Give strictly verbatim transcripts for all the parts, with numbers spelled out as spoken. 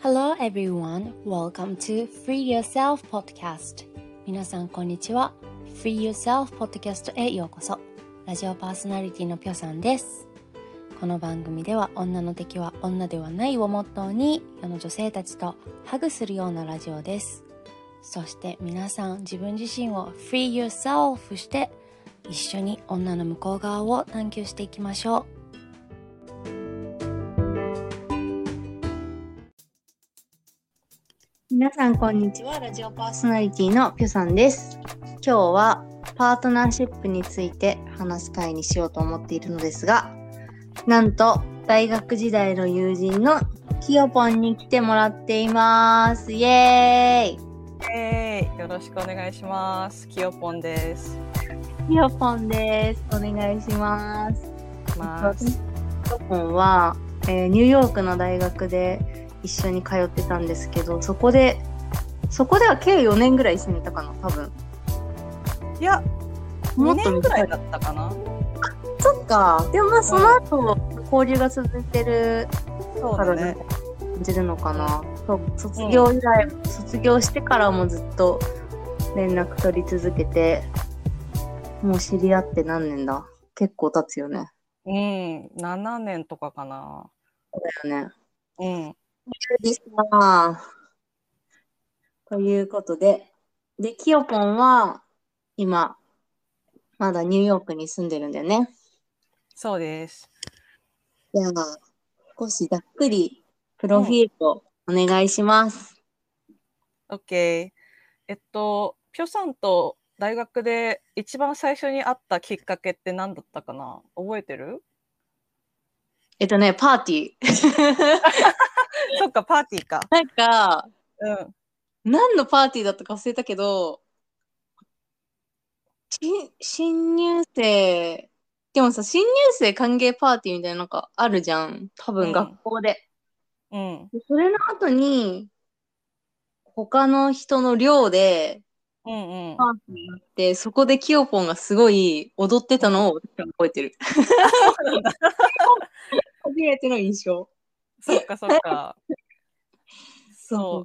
Hello everyone, welcome to Free Yourself Podcast. 皆さんこんにちは。Free Yourself Podcast へようこそ。ラジオパーソナリティのぴょさんです。この番組では女の敵は女ではないをモットーに世の女性たちとハグするようなラジオです。そして皆さん自分自身を Free Yourself して一緒に女の向こう側を探求していきましょう。皆さんこんにちは。ラジオパーソナリティのぴょさんです。今日はパートナーシップについて話す会にしようと思っているのですが、なんと大学時代の友人のきよぽんに来てもらっています。イエーイ。 イエーイ、よろしくお願いします。きよぽんです。 きよぽんです。お願いします。 ます。 きよぽんは、えー、ニューヨークの大学で一緒に通ってたんですけど、そこでそこでは計よねんぐらい一緒にいたかな、多分。 いや、 もっとにねんぐらいだったかな。 そっか。でもまあその後、うん、交流が続いてるからね、感じるのかな。そう、卒業以来、うん、卒業してからもずっと連絡取り続けて、もう知り合って何年だ？結構経つよね。 うん、ななねんとかかな。 そうだよね。 うん。 でさ、ということで、で、きよぽんは今、まだニューヨークに住んでるんだよね。 そうです。 じゃあ、少しざっくりプロフィールをお願いします。 うん、OK。えっと、ぴょさんと大学で一番最初に会ったきっかけって何だったかな？覚えてる？ えっとね、パーティー。 そっか、パーティーか。 なんか、 うん。 何のパーティーだったか忘れたけど、し新入生、でもさ、新入生歓迎パーティーみたいなのがあるじゃん。多分学校で。 うん。 でそれの後に、他の人の寮で、 うんうん。 パーティーがあって、そこでキヨポンがすごい踊ってたのを覚えてる。 あ、そうなんだ。 初めての印象。 そっかそっか。 そうそう。 そう。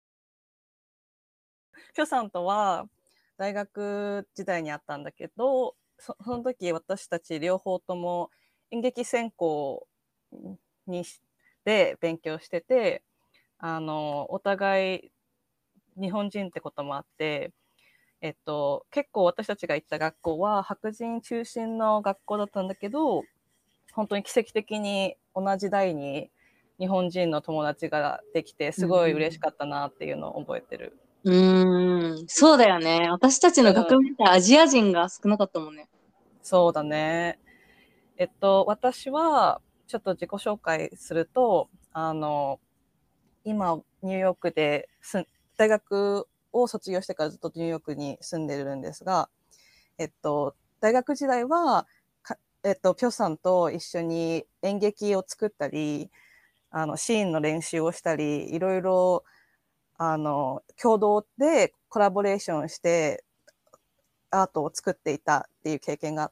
ぴょさんとは大学時代にあったんだけど、そ、その時私たち両方とも演劇専攻にで勉強してて、あの、お互い日本人ってこともあって、えっと、結構私たちが行った学校は白人中心の学校だったんだけど、本当に奇跡的に同じ代に日本人の友達ができて、すごい嬉しかったなっていうのを覚えてる。 うーん、そうだよね。私たちの学部でアジア人が少なかったもんね。 そうだね。えっと、私は、ちょっと自己紹介すると、あの、今、ニューヨークで、大学を卒業してからずっとニューヨークに住んでるんですが、えっと、大学時代は、えっと、ピョさんと一緒に演劇を作ったり、あの、シーンの練習をしたり、いろいろ、あの、共同でコラボレーションして、アートを作っていたっていう経験があって、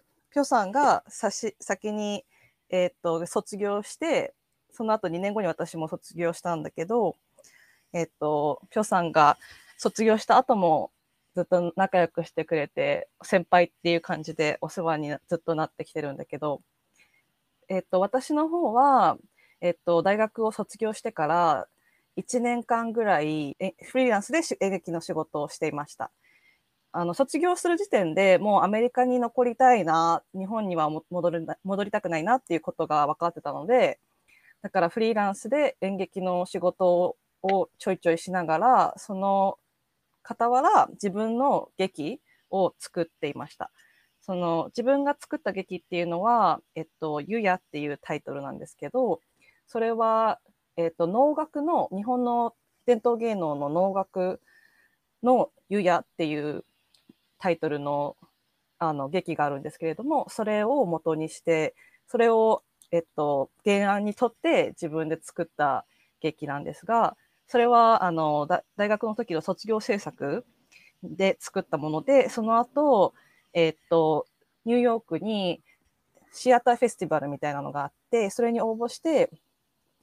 ピョさんがさし先に、えー、っと卒業して、その後にねんごに私も卒業したんだけど、えー、っとピョさんが卒業した後もずっと仲良くしてくれて、先輩っていう感じでお世話にずっとなってきてるんだけど、えー、っと私の方は、えー、っと大学を卒業してからいちねんかんぐらいフリーランスで演劇の仕事をしていました。あの、卒業する時点でもうアメリカに残りたいな、日本には戻る戻りたくないなっていうことが分かってたので、だからフリーランスで演劇の仕事をちょいちょいしながら、その傍ら自分の劇を作っていました。その自分が作った劇っていうのは、えっと、ゆやっていうタイトルなんですけど、それは、えっと、能楽の、日本の伝統芸能の能楽のゆやっていうタイトルのあの劇があるんですけれども、それを元にして、それを、えっと、原案にとって自分で作った劇なんですが、それはあの大学の時の卒業制作で作ったもので、その後、えっと、ニューヨークにシアターフェスティバルみたいなのがあって、それに応募して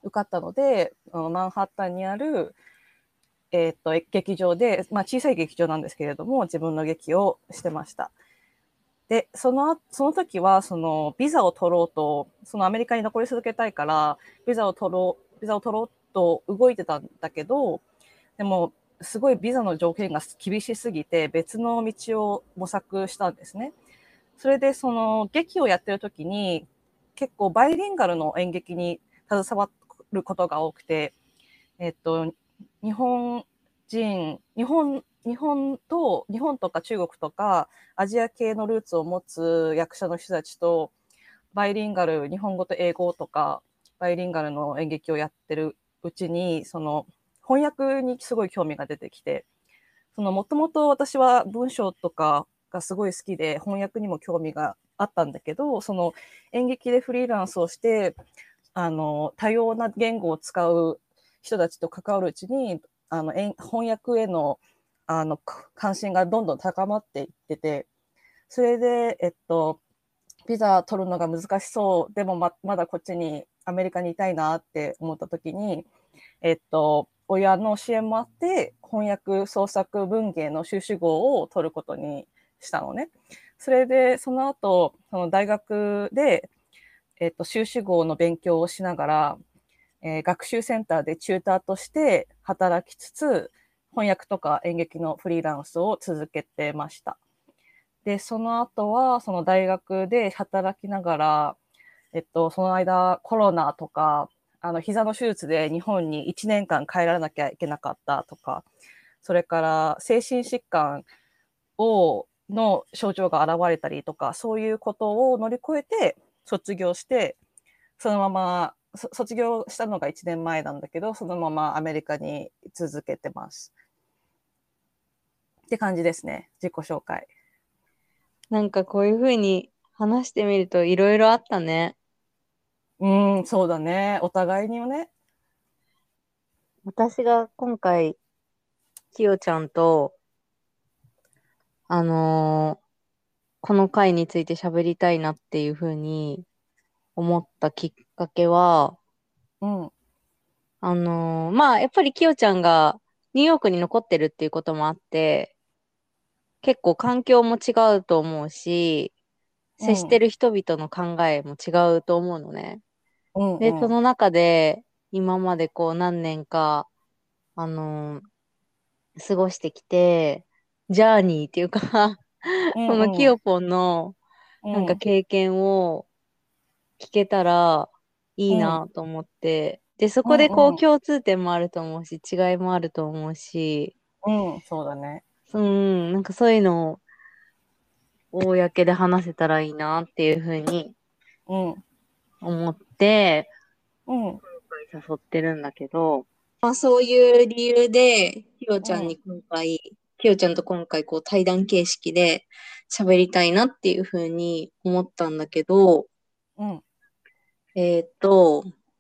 受かったので、マンハッタンにある、えー、っと劇場で、まあ、小さい劇場なんですけれども、自分の劇をしてました。で、その、その時は、その、ビザを取ろうと、そのアメリカに残り続けたいから、ビザを取ろう、ビザを取ろうと動いてたんだけど、でも、すごいビザの条件が厳しすぎて、別の道を模索したんですね。それで、その、劇をやってる時に、結構バイリンガルの演劇に携わることが多くて、えっと、日本人、日本、日本と、日本とか中国とか、アジア系のルーツを持つ役者の人たちと、バイリンガル、日本語と英語とか、バイリンガルの演劇をやってるうちに、その、翻訳にすごい興味が出てきて、その、もともと私は文章とかがすごい好きで、翻訳にも興味があったんだけど、その、演劇でフリーランスをして、あの、多様な言語を使う人たちと関わるうちに、あの、翻訳への、あの、関心がどんどん高まっていってて、それで、えっと、ビザ取るのが難しそう、でもままだこっちに、アメリカにいたいなって思った時に、えっと、親の支援もあって、翻訳創作文芸の修士号を取ることにしたのね。それで、その後、その大学で、えっと、修士号の勉強をしながら、えー、学習センターでチューターとして働きつつ、翻訳とか演劇のフリーランスを続けてました。で、その後は、その大学で働きながら、えっと、その間、コロナとか、あの、膝の手術で日本にいちねんかん帰らなきゃいけなかったとか、それから精神疾患を、の症状が現れたりとか、そういうことを乗り越えて卒業して、そのまま、卒業したのがいちねんまえなんだけど、そのままアメリカに続けてます。って感じですね、自己紹介。 なんかこういうふうに話してみるといろいろあったね。 うん、そうだね。お互いにね。 私が今回、きよちゃんと、あのーこの回について喋りたいなっていうふうに思ったきっかけは、 うん。 あのーまあ、やっぱりきよちゃんがニューヨークに残ってるっていうこともあって、結構環境も違うと思うし、接してうん。 る人々の考えも違うと思うのね。 うん。 で、そうん。 の中で、今までこう何年か、あのー過ごしてきて、ジャーニーっていうかうそのキん。うん。 ヨポンのなんかうん。 経験を聞けたらいいうん。 なと思って、で、そうん。 こでこううん。 共通点もあると思うし、違いもあると思うし、 うん。そうだね。 うん、なんかそういうのを公で話せたらいいなっていうふうにうん。 思って、 うん。 誘ってるんだけど、まあそういう理由で、ひよちゃんにうん。 今回、ひよちゃんと今回こう対談形式で喋りたいなっていうふうに思ったんだけど、 うん。 えーっと、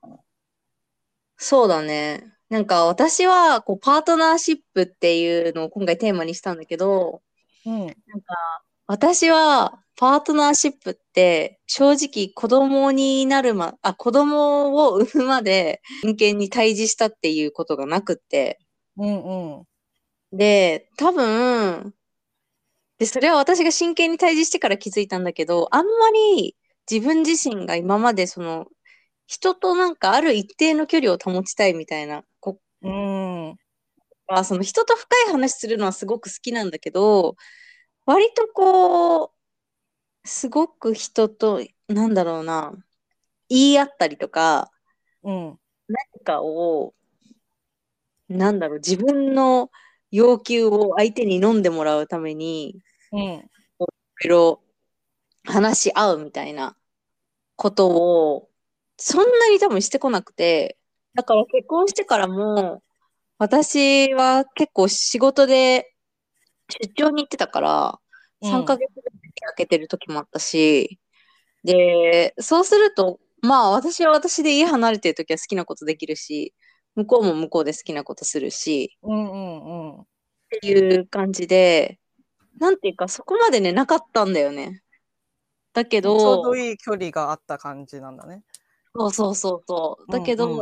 そうだね。なんか私はこうパートナーシップっていうのを今回テーマにしたんだけど、 うん。 なんか私はパートナーシップって正直子供になるま、あ、子供を産むまで真剣に対峙したっていうことがなくって、 うん。うん。 で、多分、で、それは私が真剣に対峙してから気づいたんだけど、あんまり自分自身が今までその、人となんかある一定の距離を保ちたいみたいな、こうん。 あその人と深い話するのはすごく好きなんだけど、割とこう、すごく人と、なんだろうな、言い合ったりとか、 うん。 何かを、なんだろう、自分の要求を相手に飲んでもらうために、 うん。 こういろいろ話し合うみたいなことを、そんなに多分してこなくて、だから結婚してからも、私は結構仕事で出張に行ってたから、3 うん。 ヶ月ぐらい出かけてる時もあったし、で、そうすると、まあ私は私で家離れてる時は好きなことできるし、向こうも向こうで好きなことするし、 うん。うん。 っていう感じで、なんていうかそこまでね、なかったんだよね。だけちょうどど、 いい距離があった感じなんだね。 そうそうそうそう。 うん。 だけど、 うん。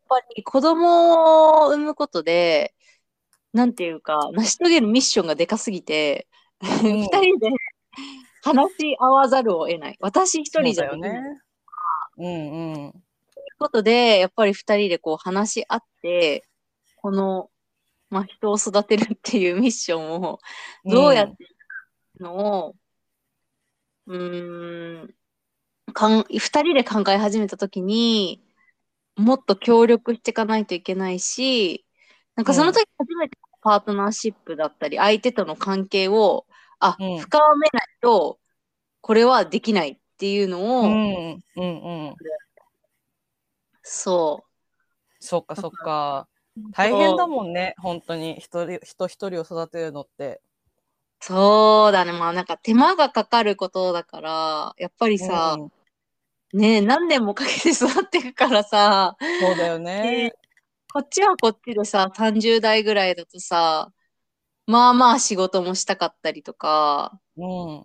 ぱり子供を産むことで、なんていうか、成し遂げるミッションがでかすぎて、 う二ん、 人で話し合わざるを得ない。私一そう人じゃできない。 だよね。うんうん。 ということで、やっぱり二人でこう話し合って、この、まあ、人を育てるっていうミッションをうどうやってん。 いくのを、うーん、かん、二人で考え始めたときに、もっと協力していかないといけないし、なんかそのうん。 時初めてパートナーシップだったり、相手との関係を、あ、 うん。 深めないと、これはできないっていううのを、 ん。うん。うん。 そそっかう。 そっか。大変だそう、 もんね。本当に。一人、人一人を育てるのって。 そうだね。まあなんか手間がかかることだから、やっぱりうさ、 ん。 ねえ、何年もかけて育っていくからさ、 そうだよで、 ね。 こっちはこっちでさ、さんじゅう代ぐらいだとさ、まあまあ仕事もしたかったりとか、 うん。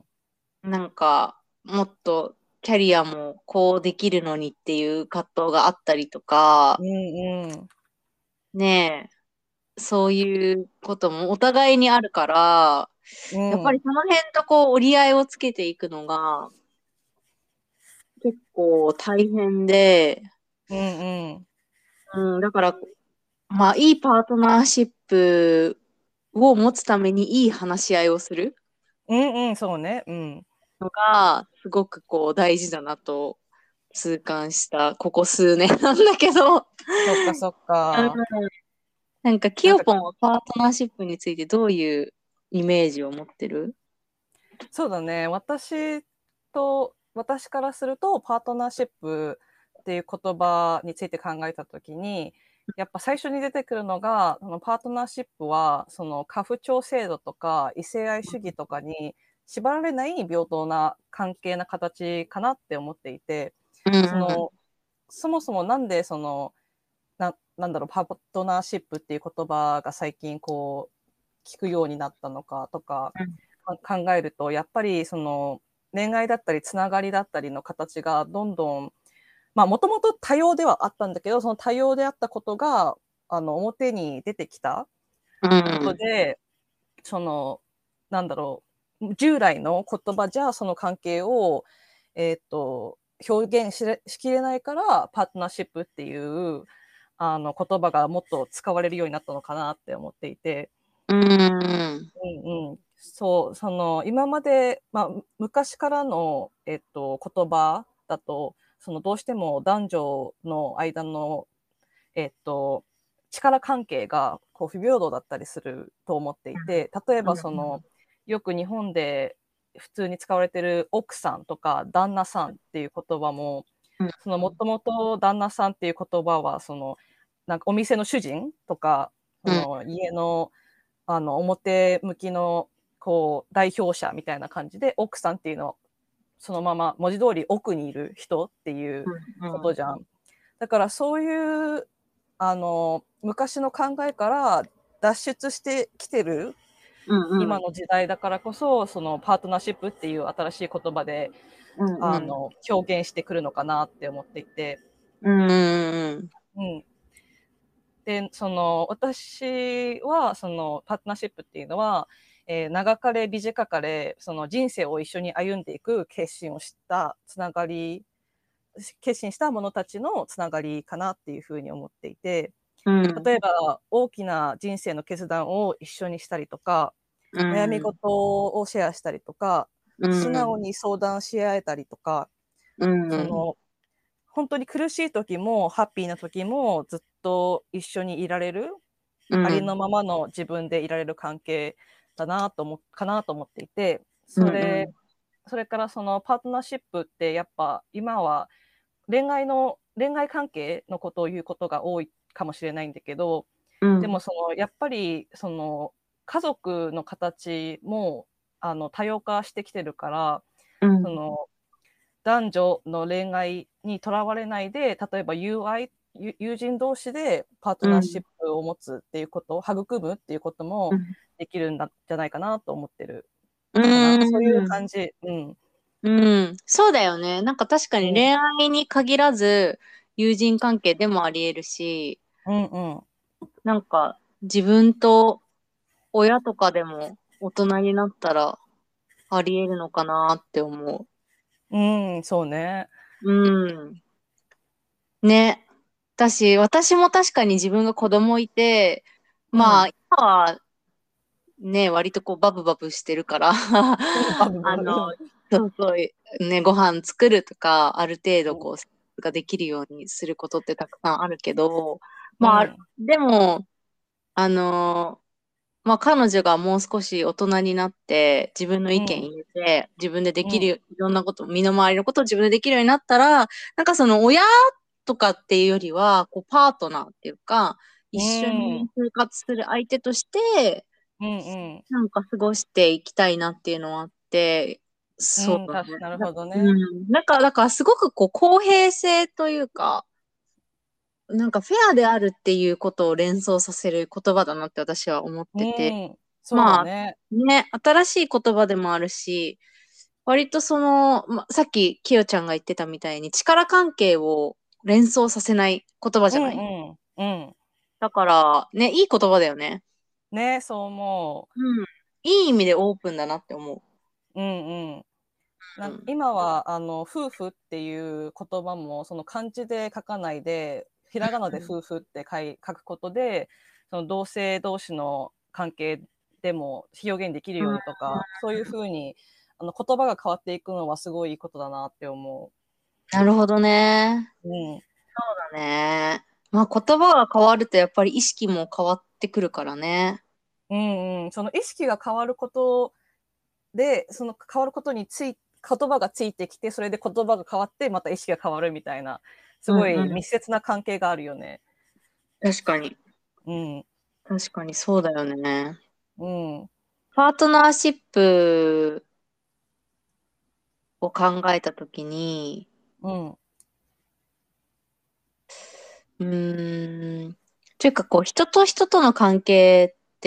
なんか、もっとキャリアもこうできるのにっていう葛藤があったりとか、 うんうん。 ねえ、そういうこともお互いにあるから、 うやっぱりん。 その辺とこう折り合いをつけていくのが結構大変で、 うんうん。 うん、だから、まあいいパートナーシップを持つためにいい話し合いをするうんうん、そうね。うん。 のがすごくこう大事だなと痛感したここ数年なんだけど、 そっかそっか。 なんか、キなんか、 ヨポンはパートナーシップについてどういうイメージを持ってる？ そうだね。私と、私からすると、パートナーシップっていう言葉について考えたときに、やっぱ最初に出てくるのが、そのパートナーシップは、その家父長制度とか異性愛主義とかに縛られない平等な関係な形かなって思っていて、 うんうん。 その、そもそもなんでその、な、なんだろう、パートナーシップっていう言葉が最近こう、聞くようになったのかとか、か考えると、やっぱりその恋愛だったりつながりだったりの形がどんどん、まあもともと多様ではあったんだけど、その多様であったことがあの表に出てきたうことんで、そのなんだろう、従来の言葉じゃその関係を、えー、と表現しれしきれないからパートナーシップっていうあの言葉がもっと使われるようになったのかなって思っていて、 うん。 うんうん、そう、その今まで、まあ、昔からの、えっと、言葉だと、そのどうしても男女の間の、えっと、力関係がこう不平等だったりすると思っていて、例えばそのよく日本で普通に使われている奥さんとか旦那さんっていう言葉も、 うんそのもともと旦那さんっていう言葉はそのなんかお店の主人とかそうんの家のあの表向きのこう代表者みたいな感じで、奥さんっていうのはそのまま文字通り奥にいる人っていうことじゃん。だからそういうあの昔の考えから脱出してきてるうんうん今の時代だからこそ、そのパートナーシップっていう新しい言葉でうんうんあの表現してくるのかなって思っていて、 うんうんうん、で、その、私は、その、パートナーシップっていうのは、えー長かれ短かれ、その人生を一緒に歩んでいく決心をしたつながり、決心した者たちのつながりかなっていうふうに思っていて、 うん例えば大きな人生の決断を一緒にしたりとか、悩みうん事をシェアしたりとか、素直に相談し合えたりとか、 うんその、本当に苦しい時もハッピーな時もずっと一緒にいられる、ありのままの自分でいられる関係だなと思かなと思っていて、それそれからそのパートナーシップってやっぱ今は恋愛の恋愛関係のことを言うことが多いかもしれないんだけど、でもそのやっぱりその家族の形もあの多様化してきてるから、その男女の恋愛にとらわれないで、例えば友愛、友人同士でパートナーシップを持つっていうこと、育むっていうこともできるんじゃないかなと思ってるうかな。そういうん感じ。うん。 うん、そうだよね。なんか確かにうん。 恋愛に限らず、 友人関係でもあり得るし、 うんうん。 なんか自分と親とかでも大人になったらあり得るのかなって思うん、そうね。 う。うん。ね。私、私も確かに自分が子供いて、まあ、 うん。 今はね、割とこうバブバブしてるからバブバあの、 ブ。 そうそう、ね、ご飯作るとか、ある程度うん。 こう、生活ができるようにすることってたくさんあるけど、まあ、 うん。 でも、あの、まあ彼女がもう少し大人になって、自分の意見うん。 言えて、自分ででうん。 きる、いろんなこと、身の回りのことを自分でできるようになったら、なんかその親とかっていうよりは、こうパートナーっていうか、一う緒にん。 生活する相手として、 うん。 なんか過ごしていきたいなっていうのはあって、 うん。 そうだね。 たし、なるだほどうね。 ん。なんか、だからすごくこう公平性というか、なんかフェアであるっていうことを連想させる言葉だなって私は思ってて。 うん。そうだまあ、 ね。 ね、新しい言葉でもあるし、割とその、ま、さっききよちゃんが言ってたみたいに力関係を連想させない言葉うじゃない？ んうん。うん。 だから、ね、いい言葉だよね。 ね、そう思うん。いい意味でオープンだなって思う。うんうん。 う。 なんかうん。 今はあの夫婦っていう言葉もその漢字で書かないでひらがなで夫婦って書い書くことでその同性同士の関係でも表現できるうん。 ようにとかそういうふうにあの言葉が変わっていくのはすごいいいことだなって思なるほどね。 う。うんそうだね。まあ言葉が変わるとやっぱり意識も変わってくるからね。 うんうん、その意識が変わることでその変わることについ言葉がついてきてそれで言葉が変わってまた意識が変わるみたいなすうんごいうん。 密接な関係があるよね。 確かに。 うん。 確かにそうだよね。 うん。 パートナーシップを考えたときに、 うん。 うーん、というかこう人と人との関係って、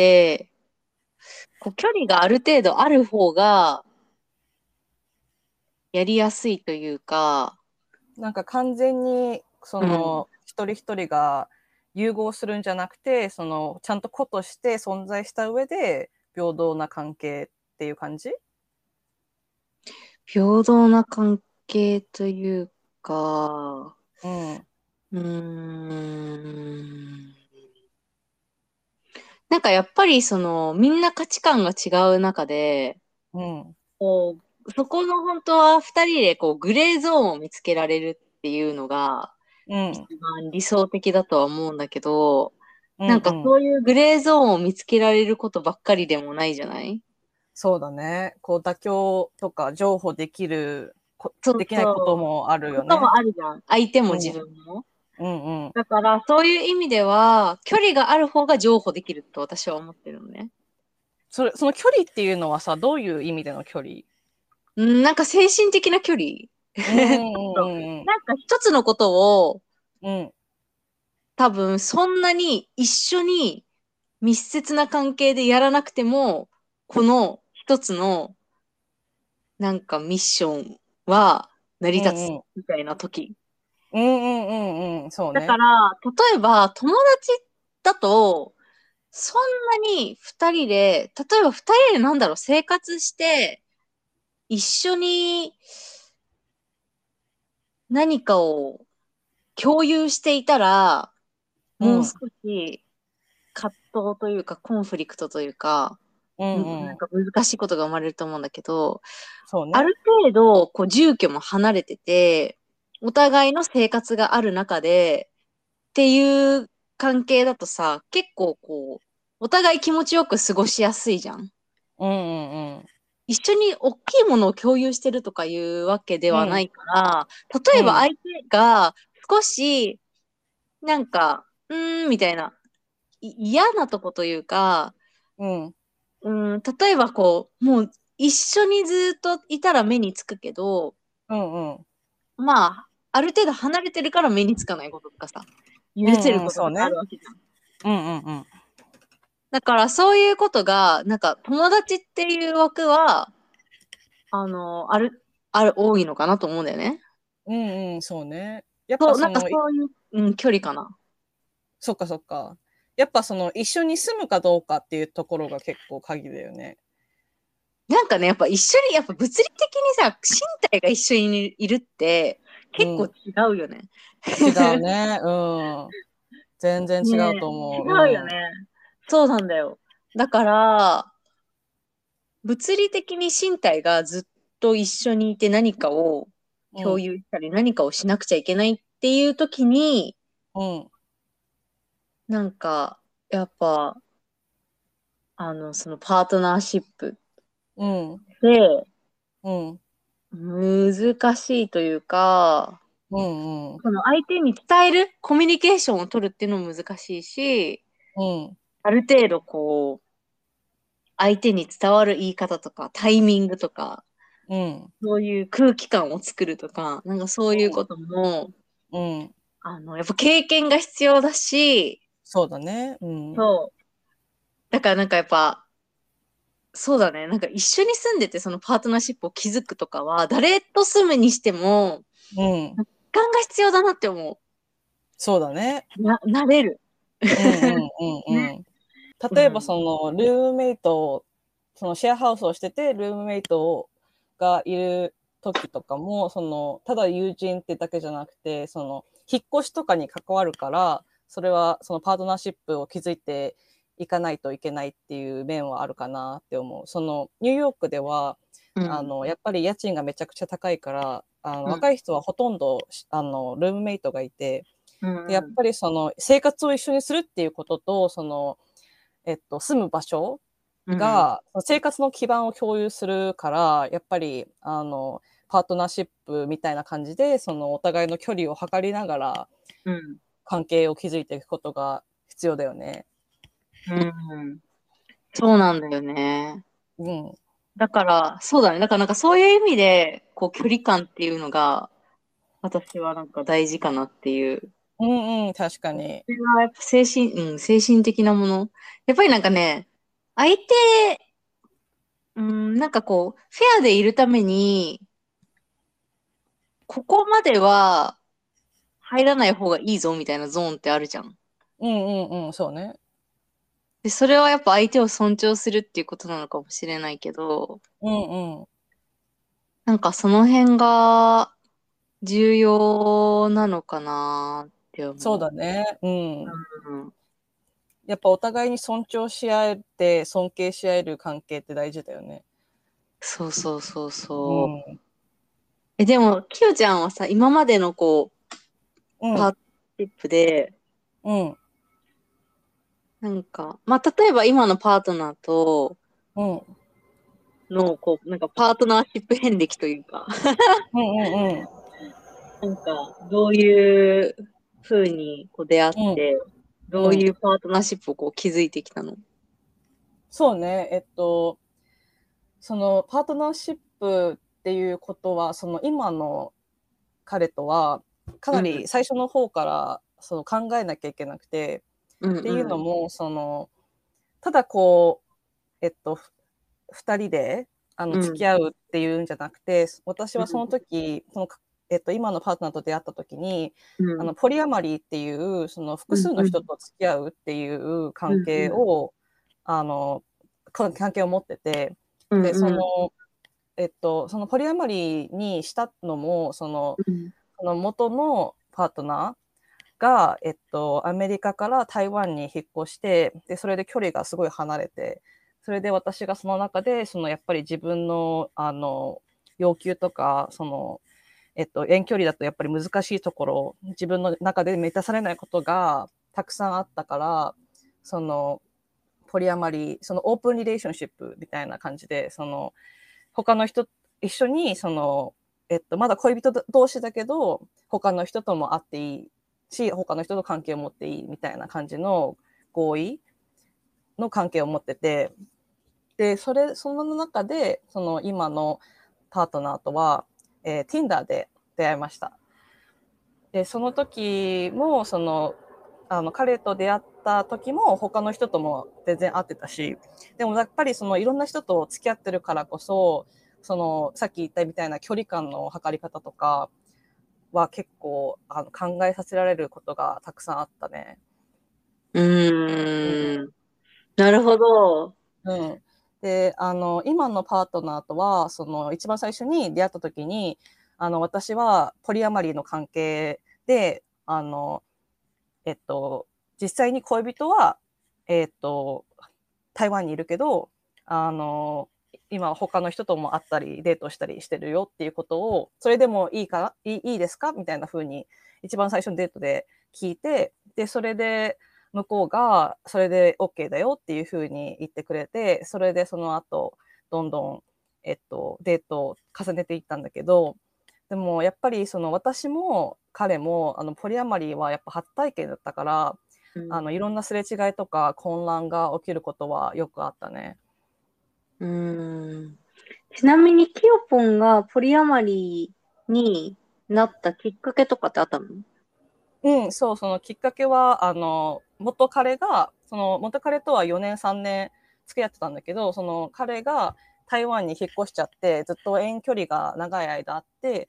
こう距離がある程度ある方がやりやすいというか、 なんか完全にそうん、 の一人一人が融合するんじゃなくて、そのちゃんと個として存在した上で平等な関係っていう感じ？ 平等な関係というか、 うん。 うーん、なんかやっぱりそのみんな価値観が違う中で、 うん。 こう、そこの本当は二人でこうグレーゾーンを見つけられるっていうのが一うん。 番理想的だとは思うんだけど、なんかうんうん。 そういうグレーゾーンを見つけられることばっかりでもないじゃない？ そうだね。こう妥協とか譲歩できるこ、 そうできないことそう。 もあるよこともね。 あるじゃん。相手もうん。 自分も。 うんうん。 だからそういう意味では、距離がある方が譲歩できると私は思ってるのね。 それ、その距離っていうのはさ、どういう意味での距離？ うん、なんか精神的な距離。 うんうんうんなんか一つのことをうん。うん。 多分そんなに一緒に密接な関係でやらなくても、この一つのなんかミッションは成り立つうんうん。 みたいな時。 うんうんうんうん。そうね。 だから、例えば友達だと、そんなに二人で、例えば二人でなんだろう、生活して、一緒に何かを共有していたら、もう少うん。 し葛藤というか、コンフリクトというか、 うんんなんうん。 か難しいことが生まれると思うんだけど、 そうね。 ある程度、こう、住居も離れてて、お互いの生活がある中で、っていう関係だとさ、結構こう、お互い気持ちよく過ごしやすいじゃん。 うんうん一緒に大きいものを共有してるとかいうわけでうん。うん。 はないから、 うん。 例えば相手が少し、なんか、うーん、みたいな、い嫌なとこというか、 うん。 うん、例えばこう、もう一緒にずっといたら目につくけど、 うんうん。 まあ、ある程度離れてるから目につかないこととかさ、許せるうんうん。 こととかあそうね。 るわけじゃん。 うんうんうん。 だからそういうことが、なんか友達っていう枠は、あの、ある、ある、多いのかなと思うんだよね。 うんうん。そうね。 そう、なんかやっぱその、 そういう、うん、距離かな。 そっかそっか。やっぱその一緒に住むかどうかっていうところが結構鍵だよね。 なんかね、やっぱ一緒に、やっぱ物理的にさ、身体が一緒にいるって結構違うん。 うよね。 違うね。うん。全然違うねえ、 と思違うよう。 ね。そうなんだよ。だから、物理的に身体がずっと一緒にいて何かをうん。うん。 共有したり何かをしなくちゃいけないっていう時に、 うん。 なんか、やっぱ、あの、そのパートナーシップうん。 でうん。 難しいというか、 うん。うん。 その相手に伝えるコミュニケーションを取るっていうのも難しいし、 うん。 ある程度こう、相手に伝わる言い方とか、タイミングとか、 うん。 そういう空気感を作るとか、なんかそういうことも、 うん。 あの、やっぱ経験が必要だし、 そうだね。うん。 そう。だからなんかやっぱ、そうだね。なんか一緒に住んでてそのパートナーシップを築くとかは、誰と住むにしても、 うん。 時間が必要だなって思そうだね。 う。な、なれる。 うんうんうんね。 うん。 う例えばん。 そのルームメイト、そのシェアハウスをしてて、ルームメイトがいる時とかも、その、ただ友人ってだけじゃなくて、その、引っ越しとかに関わるから、それはそのパートナーシップを築いていかないといけないっていう面はあるかなって思う。その、ニューヨークでは、 うん。 あの、やっぱり家賃がめちゃくちゃ高いから、あの、 うん。 若い人はほとんど、あの、ルームメイトがいて、で、やうん。 っぱりその生活を一緒にするっていうことと、その、えっと、住む場所うん。 が、生活の基盤を共有するから、やっぱり、あの、パートナーシップみたいな感じで、そのお互いの距離を測りながらうん。 関係を築いていくことが必要だよね。 うん。そうなんだよね。 うん。 だから、そうだね。だからなんかそういう意味で、こう距離感っていうのが、私はなんか大事かなっていう。 うんうん、確かそに。 れはやっぱ精神、うん、精神的なもの。やっぱりなんかね、相手、うん、なんかこう、フェアでいるために、ここまでは入らない方がいいぞみたいなゾーンってあるじゃん。 うんうんうん、そうね。 で、それはやっぱ相手を尊重するっていうことなのかもしれないけど、 うんうん。 なんかその辺が重要なのかなってそう思う。 だね。うん。 うん。 やっぱお互いに尊重し合えて、尊敬し合える関係って大事だよね。 そうそうそううそう。 ん。 え、でも、きよちゃんはさ、今までのこう、 うん。 パートナーシップで、 うん。 なんか、まあ、例えば今のパートナーとうん。 の、こう、なんかパートナーシップ遍歴というか、 うんうんうん。 なんか、どういう風にこう出会っうん。 て、どうん。 ういうパートナーシップをこう築いてきたの？ そうね。えっと、そのパートナーシップっていうことは、その今の彼とは、かなうん、 り最初の方からその考えなきゃいけなくて、 うん、 っていううん、 のも、その、ただこう、えっと、ふたりであのうん、 付き合うっていうんじゃなくて、私うん、 はその時、その、えっと、今のパートナーと出会った時に、 うん、 あの、ポリアマリーっていう、その複うん、 数のうん、 人と付き合うっていううん、 関係うん、 を、あの、か関係を持ってて、 うん、 で、そうん、 の、えっと、そのポリアマリーにしたのも、その、 うん、 その元のパートナーが、えっと、アメリカから台湾に引っ越して、で、それで距離がすごい離れて、それで私がその中で、そのやっぱり自分の、あの、要求とか、その、えっと、遠距離だとやっぱり難しいところ、自分の中で満たされないことがたくさんあったから、その、ポリアマリー、そのオープンリレーションシップみたいな感じで、その、他の人、一緒に、その、えっと、まだ恋人同士だけど、他の人とも会っていいし、他の人と関係を持っていいみたいな感じの合意の関係を持ってて、で、それ、その中で、その今のパートナーとは、えー、Tinder で出会いました。で、その時も、その、あの、彼と出会った時も、他の人とも全然会ってたし、でもやっぱりそのいろんな人と付き合ってるからこそ、その、さっき言ったみたいな距離感の測り方とか、 は結構あの考えさせられることがたくさんあったね。 うーん。なるほど。 うん。で、あの、今のパートナーとは、その、一番最初に出会った時に、あの、私はポリアマリーの関係で、あの、えっと、実際に恋人は、えっと、台湾にいるけど、あの、今他の人とも会ったりデートしたりしてるよっていうことを、それでもいいかいいいいですかみたいな風に一番最初のデートで聞いて、で、それで向こうがそれで OK だよっていう風に言ってくれて、それでその後、どんどん、えっと、デートを重ねていったんだけど、でもやっぱりその私も彼もあのポリアマリーはやっぱ初体験だったから、 うん。 あのいろんなすれ違いとか混乱が起きることはよくあったね。 うーん。ちなみに、キヨポンがポリアマリーになったきっかけとかってあったの？ うん、そう、そのきっかけは、あの、元彼が、その元彼とはよねん、さんねん付き合ってたんだけど、その彼が台湾に引っ越しちゃって、ずっと遠距離が長い間あって、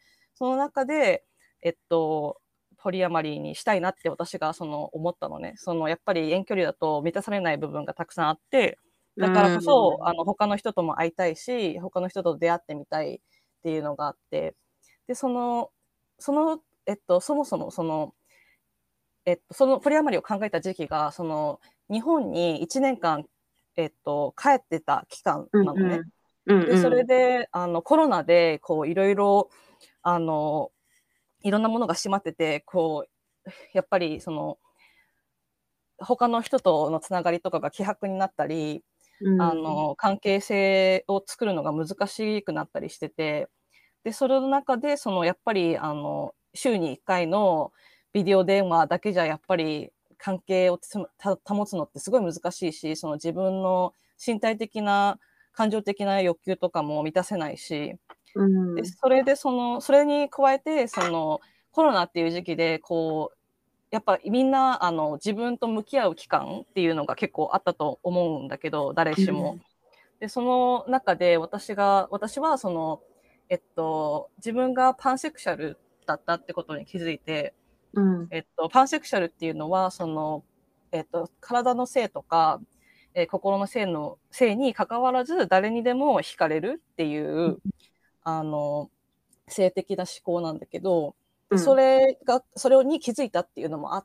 その中で、えっと、ポリアマリーにしたいなって私がその思ったのね。そのやっぱり遠距離だと満たされない部分がたくさんあって、 うだからこそ、 ん。 あの、他の人とも会いたいし、他の人と出会ってみたいっていうのがあって、で、その、その、えっと、そもそもその、えっと、そのポリアマリーを考えた時期が、その日本にいちねんかん、えっと、帰ってた期間うんなのね。 うん。うんで、それうん。 で、あの、コロナで、こう、いろいろ、あの、いろんなものが閉まってて、こう、やっぱり、その、他の人とのつながりとかが希薄になったり、 うん。 あの、関係性を作るのが難しくなったりしてて、で、それの中で、その、やっぱり、あの、週にいっかいのビデオ電話だけじゃ、やっぱり関係をつた保つのってすごい難しいし、その自分の身体的な、感情的な欲求とかも満たせないし、で、 うん。 それで、その、それに加えて、その、コロナっていう時期で、こう、やっぱみんな、あの、自分と向き合う期間っていうのが結構あったと思うんだけど、誰しも。 うん。 で、その中で私が、私はその、えっと、自分がパンセクシャルだったってことに気づいて、 うん。 えっと、パンセクシャルっていうのは、その、えっと、体の性とか、えー心の性の、性に関わらず、誰にでも惹かれるっていう、あの、性的な思考なんだけど、で、そうん。 れが、それに気づいたっていうのもあって、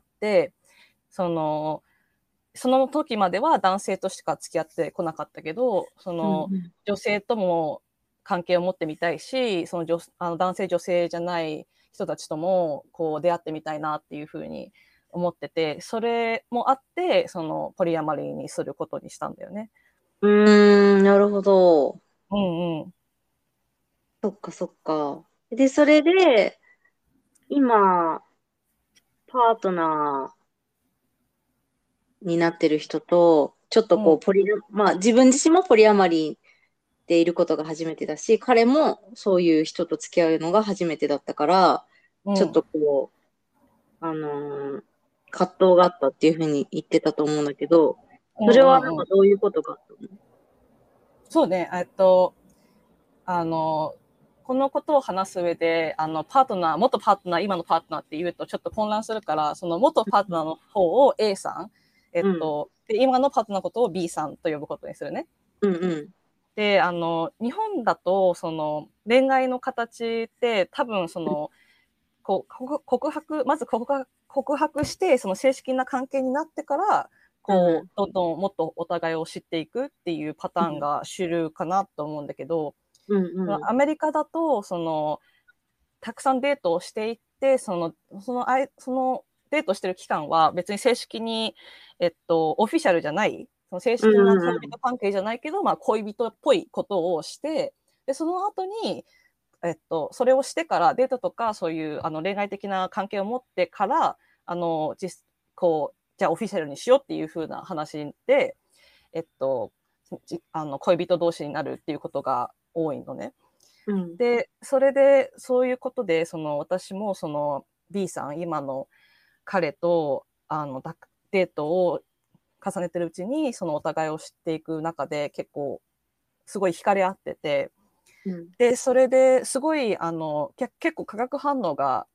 その、その時までは男性としか付き合ってこなかったけど、そうん。うのん。 女性とも関係を持ってみたいし、その女あの男性女性じゃない人たちともこう出会ってみたいなっていうふうに思ってて、それもあって、そのポリアマリーにすることにしたんだよね。 うーん、なるほど。 うんうん。 そっかそっか。で、それで、今、パートナーになってる人と、ちょっとこう、 うんポリ、まあ自分自身もポリアマリーでいることが初めてだし、彼もそういう人と付き合うのが初めてだったから、ちょっうん。 とこう、あのー葛藤があったっていうふうに言ってたと思うんだけど、 うんそれはうんうん。 なんかどういうことがあったの？ そうね、えっと、あの、このことを話す上で、あの、パートナー、元パートナー、今のパートナーって言うとちょっと混乱するから、その元パートナーの方を A さん、えっうん、 と、で、今のパートナーのことを B さんと呼ぶことにするね。 うん、うん、 で、あの、日本だと、その、恋愛の形って多分、その、こう、告白、まず告白告白して、その正式な関係になってから、 うん、 こう、どんどんもっとお互いを知っていくっていうパターンが主流かなと思うんだけど、 うん、うん、 アメリカだと、その、たくさんデートをしていって、その、その、あいそのデートしてる期間は別に正式に、えっと、オフィシャルじゃない、その正うん、 式な恋うん、 人関係じゃないけど、まあ、恋人っぽいことをして、で、その後に、えっと、それをしてから、デートとか、そういうあの恋愛的な関係を持ってから、あの、実、こう、じゃあオフィシャルにしようっていう風な話で、えっと、あの恋人同士になるっていうことが多いのね。 うん、 で、それで、そういうことで、その、私も、その、B さん、今の彼と、あの、デートを重ねてるうちに、そのお互いを知っていく中で、結構、すごい惹かれ合ってて、 うん、 で、それですごい、あの、け結構化学反応が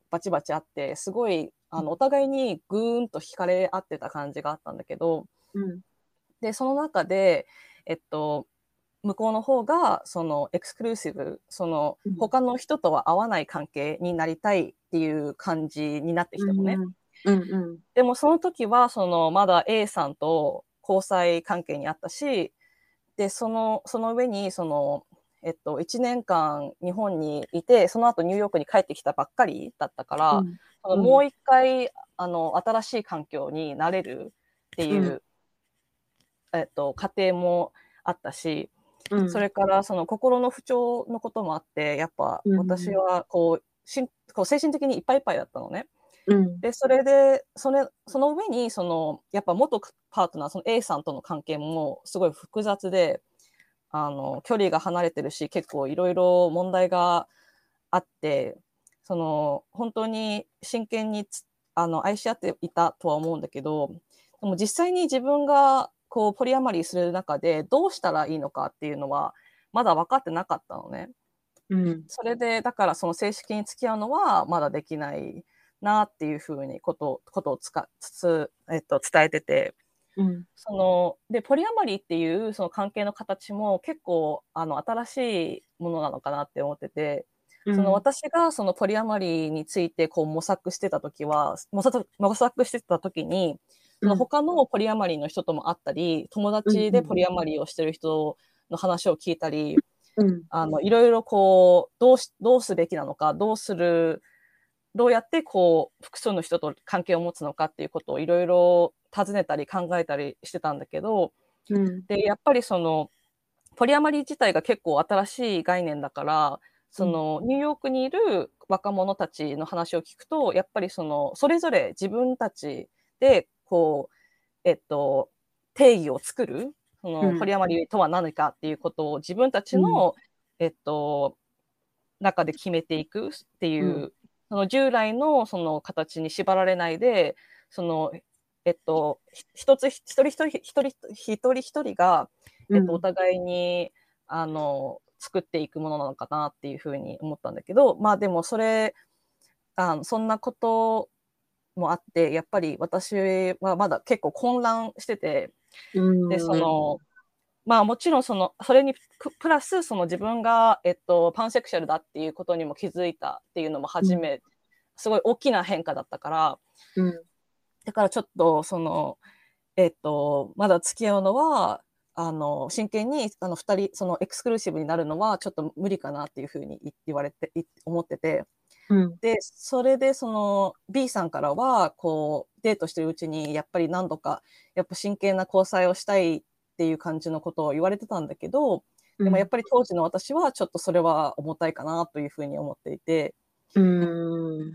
バチバチあって、すごいあのお互いにぐーんと惹かれ合ってた感じがあったんだけど、 うん。 でその中で、えっと、向こうの方がそのエクスクルーシブ、そのうん。 他の人とは合わない関係になりたいっていう感じになってきたのね。 うん。うん。 でもその時はそのまだ A さんと交際関係にあったし、でそのその上にその、えっと、いちねんかん日本にいて、その後ニューヨークに帰ってきたばっかりだったから、 うん。 そのうん。 もう一回あの新しい環境になれるってうん。 いう、えっと、過程もあったし、 うん。 それからその心の不調のこともあって、やっぱうん。 私はこうしんこう精神的にいっぱいいっぱいだったのね。 うん。 で、それで、それその上にそのやっぱ元パートナー、その A さんとの関係もすごい複雑で、あの距離が離れてるし、結構いろいろ問題があって、その本当に真剣につあの愛し合っていたとは思うんだけど、でも実際に自分がこうポリアマリーする中でどうしたらいいのかっていうのはまだ分かってなかったのね。 うん。 それでだからその正式に付き合うのはまだできないなっていうふうにことことをつかつつ、えっと、伝えてて、 うん。 そのでポリアマリーっていうその関係の形も結構あの新しいものなのかなって思ってて、そのうん。 私がそのポリアマリーについてこう模索してた時は模索模索してた時に、その他のポリアマリーの人とも会ったり、友達でポリアマリーをしてる人の話を聞いたり、 うん。 あのいろいろこうどうしどうすべきなのか、どうするどうやってこう複数の人と関係を持つのかっていうことをいろいろ尋ねたり考えたりしてたんだけど、 うん。 でやっぱりそのポリアマリー自体が結構新しい概念だから、そのニューヨークにいる若者たちの話を聞くと、やっぱりそのそれぞれ自分たちでこう、えっと、定義を作る、そのポリアマリーとは何かっていうことを自分たちの、えっと、中で決めていくっていう、その従来のその形に縛られないで、そのえっと一つ一人一人一人一人一人が、えっと、お互いにあの作っていくものなのかなっていうふうに思ったんだけど、まあでもそれあのそんなこともあって、やっぱり私はまだ結構混乱してて、でそのまあもちろんそのそれにプラスその自分が、えっと、パンセクシャルだっていうことにも気づいたっていうのも初め、すごい大きな変化だったから、 うん。 だからちょっとそのえっとまだ付き合うのはあの真剣にあのふたりそのエクスクルーシブになるのはちょっと無理かなっていうふうに言われて思ってて、 うん。 でそれでその B さんからはこうデートしてるうちにやっぱり何度かやっぱ真剣な交際をしたいっていう感じのことを言われてたんだけど、でもやっぱり当時の私はちょっとそれは重たいかなというふうに思っていて、 うん。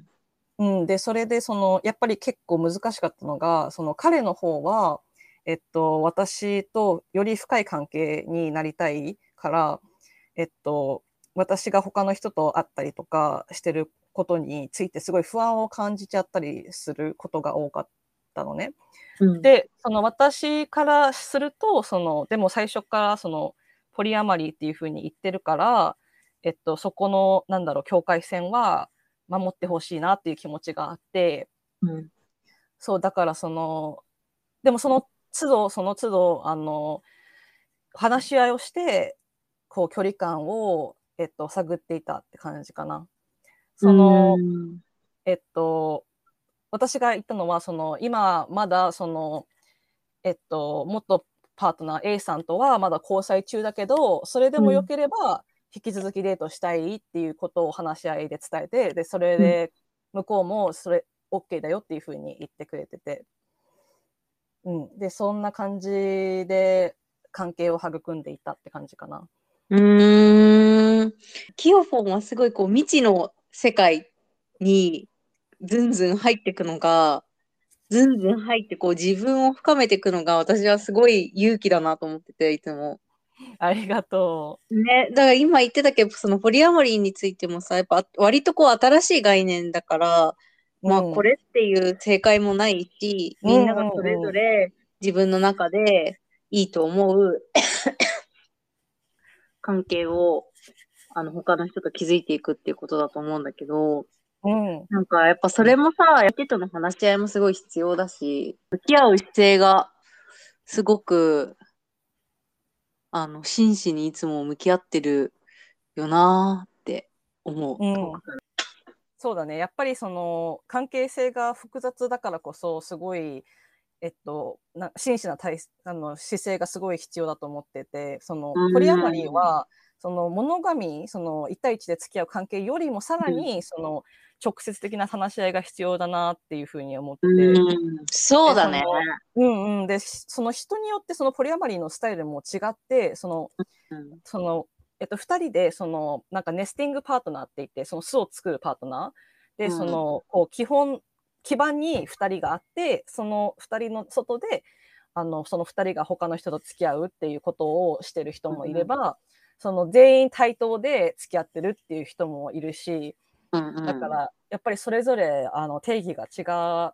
うん、でそれでそのやっぱり結構難しかったのが、その彼の方は、えっと、私とより深い関係になりたいから、えっと、私が他の人と会ったりとかしてることについてすごい不安を感じちゃったりすることが多かったのね。 うん。 でその私からすると、そのでも最初からそのポリアマリーっていうふうに言ってるから、えっと、そこのなんだろう境界線は守ってほしいなっていう気持ちがあって、 うん。 そうだからそのでもその都度その都度あの話し合いをしてこう距離感を、えっと、探っていたって感じかな。そのえっと私が言ったのは、その今まだそのえっと元パートナー A さんとはまだ交際中だけど、それでもよければ引き続きデートしたいっていうことを話し合いで伝えて、でそれで向こうもそれ OK だよっていうふうに言ってくれてて、うん、でそんな感じで関係を育んでいたって感じかな。 うーん。キヨフォンはすごいこう未知の世界にずんずん入っていくのが、ずんずん入ってこう自分を深めていくのが私はすごい勇気だなと思ってて、いつも。 ありがとね、だから今言ってたけど、そのポリアモリーについてもさ、やっぱ割とこう新しい概念だから、 う。 まあうん、 これっていう正解もないし、みんなうんうがそれぞんうん。 れ自分の中でいいと思う関係をあの他の人と築いていくっていうことだと思うんだけど、 うん。 なんかやっぱそれもさ、相手との話し合いもすごい必要だし、向き合う姿勢がすごく、あの、真摯にいつも向き合ってるよなーって思う。 うん。そうだね。やっぱりその関係性が複雑だからこそ、すごい、えっと、な真摯な対あの姿勢がすごい必要だと思ってて、そのポリアマリーうん。 は、そのモノガミ、そのいち対いちで付き合う関係よりもさらに、その直接的な話し合いが必要だなっていうふうに思ってて、 うん。そうで、その、 だね。 うんうん。で、その人によってそのポリアマリーのスタイルも違って、その、 うん。 その、えっと、ふたりで、その、なんかネスティングパートナーって言って、その巣を作るパートナー。で、 うん。 その、こう、基本、基盤にふたりがあって、そのふたりの外で、あの、そのふたりが他の人と付き合うっていうことをしてる人もいれば、その全員対等で付き合ってるっていう人もいるし、 うんうん。 だから、やっぱりそれぞれ、あの、定義が違って、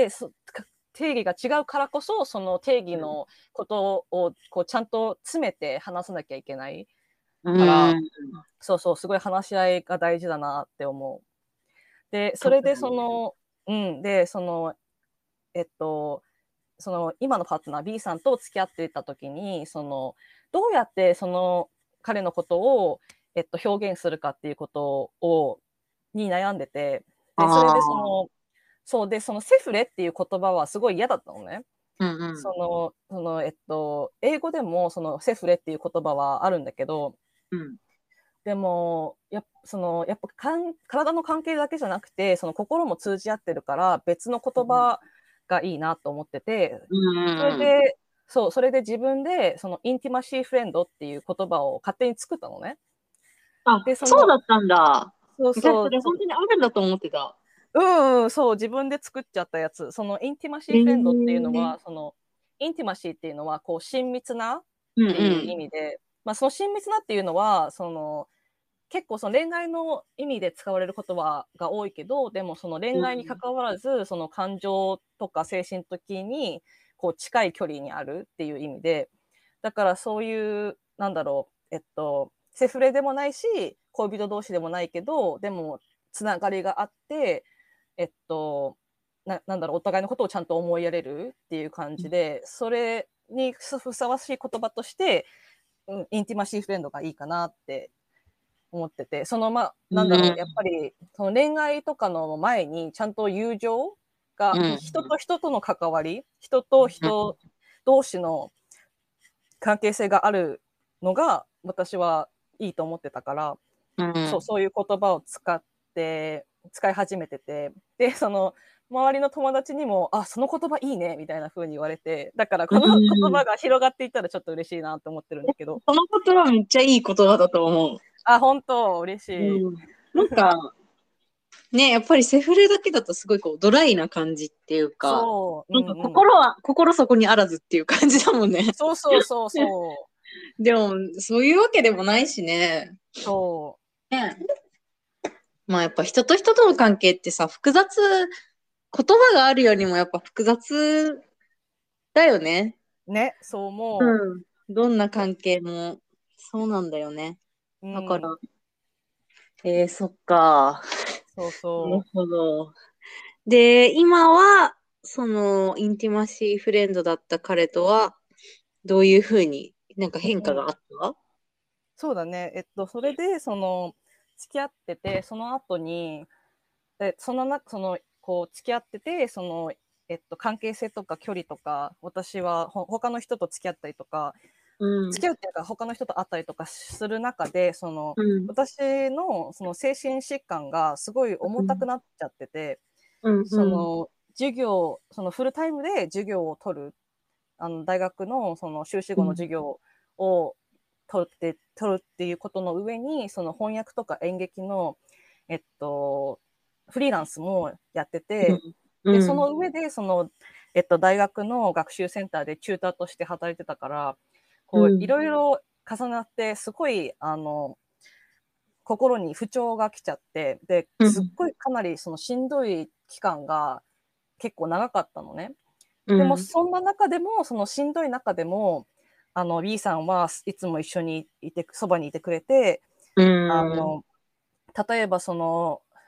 そ定義が違うからこそ、その定義のことを、こう、ちゃんと詰めて話さなきゃいけないうから、 ん。 そうそう、すごい話し合いが大事だなって思う。で、それでそ特に。 の、うん、で、その、えっと、その今のパートナー B さんと付き合っていた時に、そのどうやってその彼のことを、えっと、表現するかっていうことをに悩んでて、でそれでそああ。 のそうでそのセフレっていう言葉はすごい嫌だったのね。 うんうん。 そのそのえっと英語でもそのセフレっていう言葉はあるんだけど、 うん。 でもやそのやっぱかん体の関係だけじゃなくて、その心も通じ合ってるから別の言葉がいいなと思ってて、 うんそれうん。 でそうそれで自分でそのインティマシーフレンドっていう言葉を勝手に作ったのね。 あ、 でそのそうだったんだ。 そう私そうそそれ本当にあるんだと思ってた。 うんうんそう自分で作っちゃったやつ。そのインティマシえーフレンドっていうのえ。 は、そのインティマシーっていうのはこう親密なっうんていううん。 意味で、まあ、その親密なっていうのはその結構その恋愛の意味で使われる言葉が多いけど、でもその恋愛に関わらず、その感情とか精神的にこう近い距離にあるっていう意味で、だからそういう、なんだろう、えっと、セフレでもないし、恋人同士でもないけど、でもつながりがあって、えっと、ななんだろう、お互いのことをちゃんと思いやれるっていう感じで、それにふさわしい言葉として、うん、インティマシーフレンドがいいかなって思ってて、そのまあ、 うなんだろう、やっん。 ぱりその恋愛とかの前にちゃんと友情が、 うん。 人と人との関わり、人と人同士の関係性があるのが私はいいと思ってたから、 うん。 そう、そういう言葉を使って、使い始めてて、で、その周りの友達にも、あ、その言葉いいねみたいな風に言われて、だからうこの言ん。 葉が広がっていったらちょっと嬉しいなと思ってるんだけど。 その言葉めっちゃいい言葉だと思う。 あ、本当嬉しい。 うん。なんか、ね、やっぱりセフレだけだとすごいこうドライな感じっていうか、 そう、うなんかんうん。 心は、心そこにあらずっていう感じだもんね。 そうそうそうそう。 でも、そういうわけでもないしね。 そね。まあやっぱ人と人との関係ってさ、複雑、言葉があるよりもやっぱ複雑だよね。 う。ね、そう思うん。どんな関係も、そうなんだよね。 う。うだから、 ん。 えー、そっか。 そうなるそほど。で、今は、その、インティマシーフレンドだった彼とは、どういうふうに、なんか変う。うん。 化があったそうだね。えっと、それで、その、付き合ってて、その後に、でそのな、その、こう、付き合ってて、その、えっと、関係性とか距離とか、私はほ他の人と付き合ったりとか、 うん。 付き合うっていうか、他の人と会ったりとかする中で、その、 うん。 私の、その精神疾患がすごい重たくなっちゃってて、 うん。うん。 その、授業、そのフルタイムで授業を取る、あの大学のその修士後のうん。 授業を取って取るっていうことの上に、その翻訳とか演劇の、えっと、フリーランスもやってて、で、そうん。 の上で、その、えっと、大学の学習センターでチューターとして働いてたから、こう、いうん。 ろいろ重なって、すごい、あの、心に不調が来ちゃって、で、すっうん。 ごいかなりそのしんどい期間が結構長かったのね。でもうん。 そんな中でも、そのしんどい中でも、あの B さんはいつも一緒にいて、そばにいてくれて、 うん。 あの、例えばその、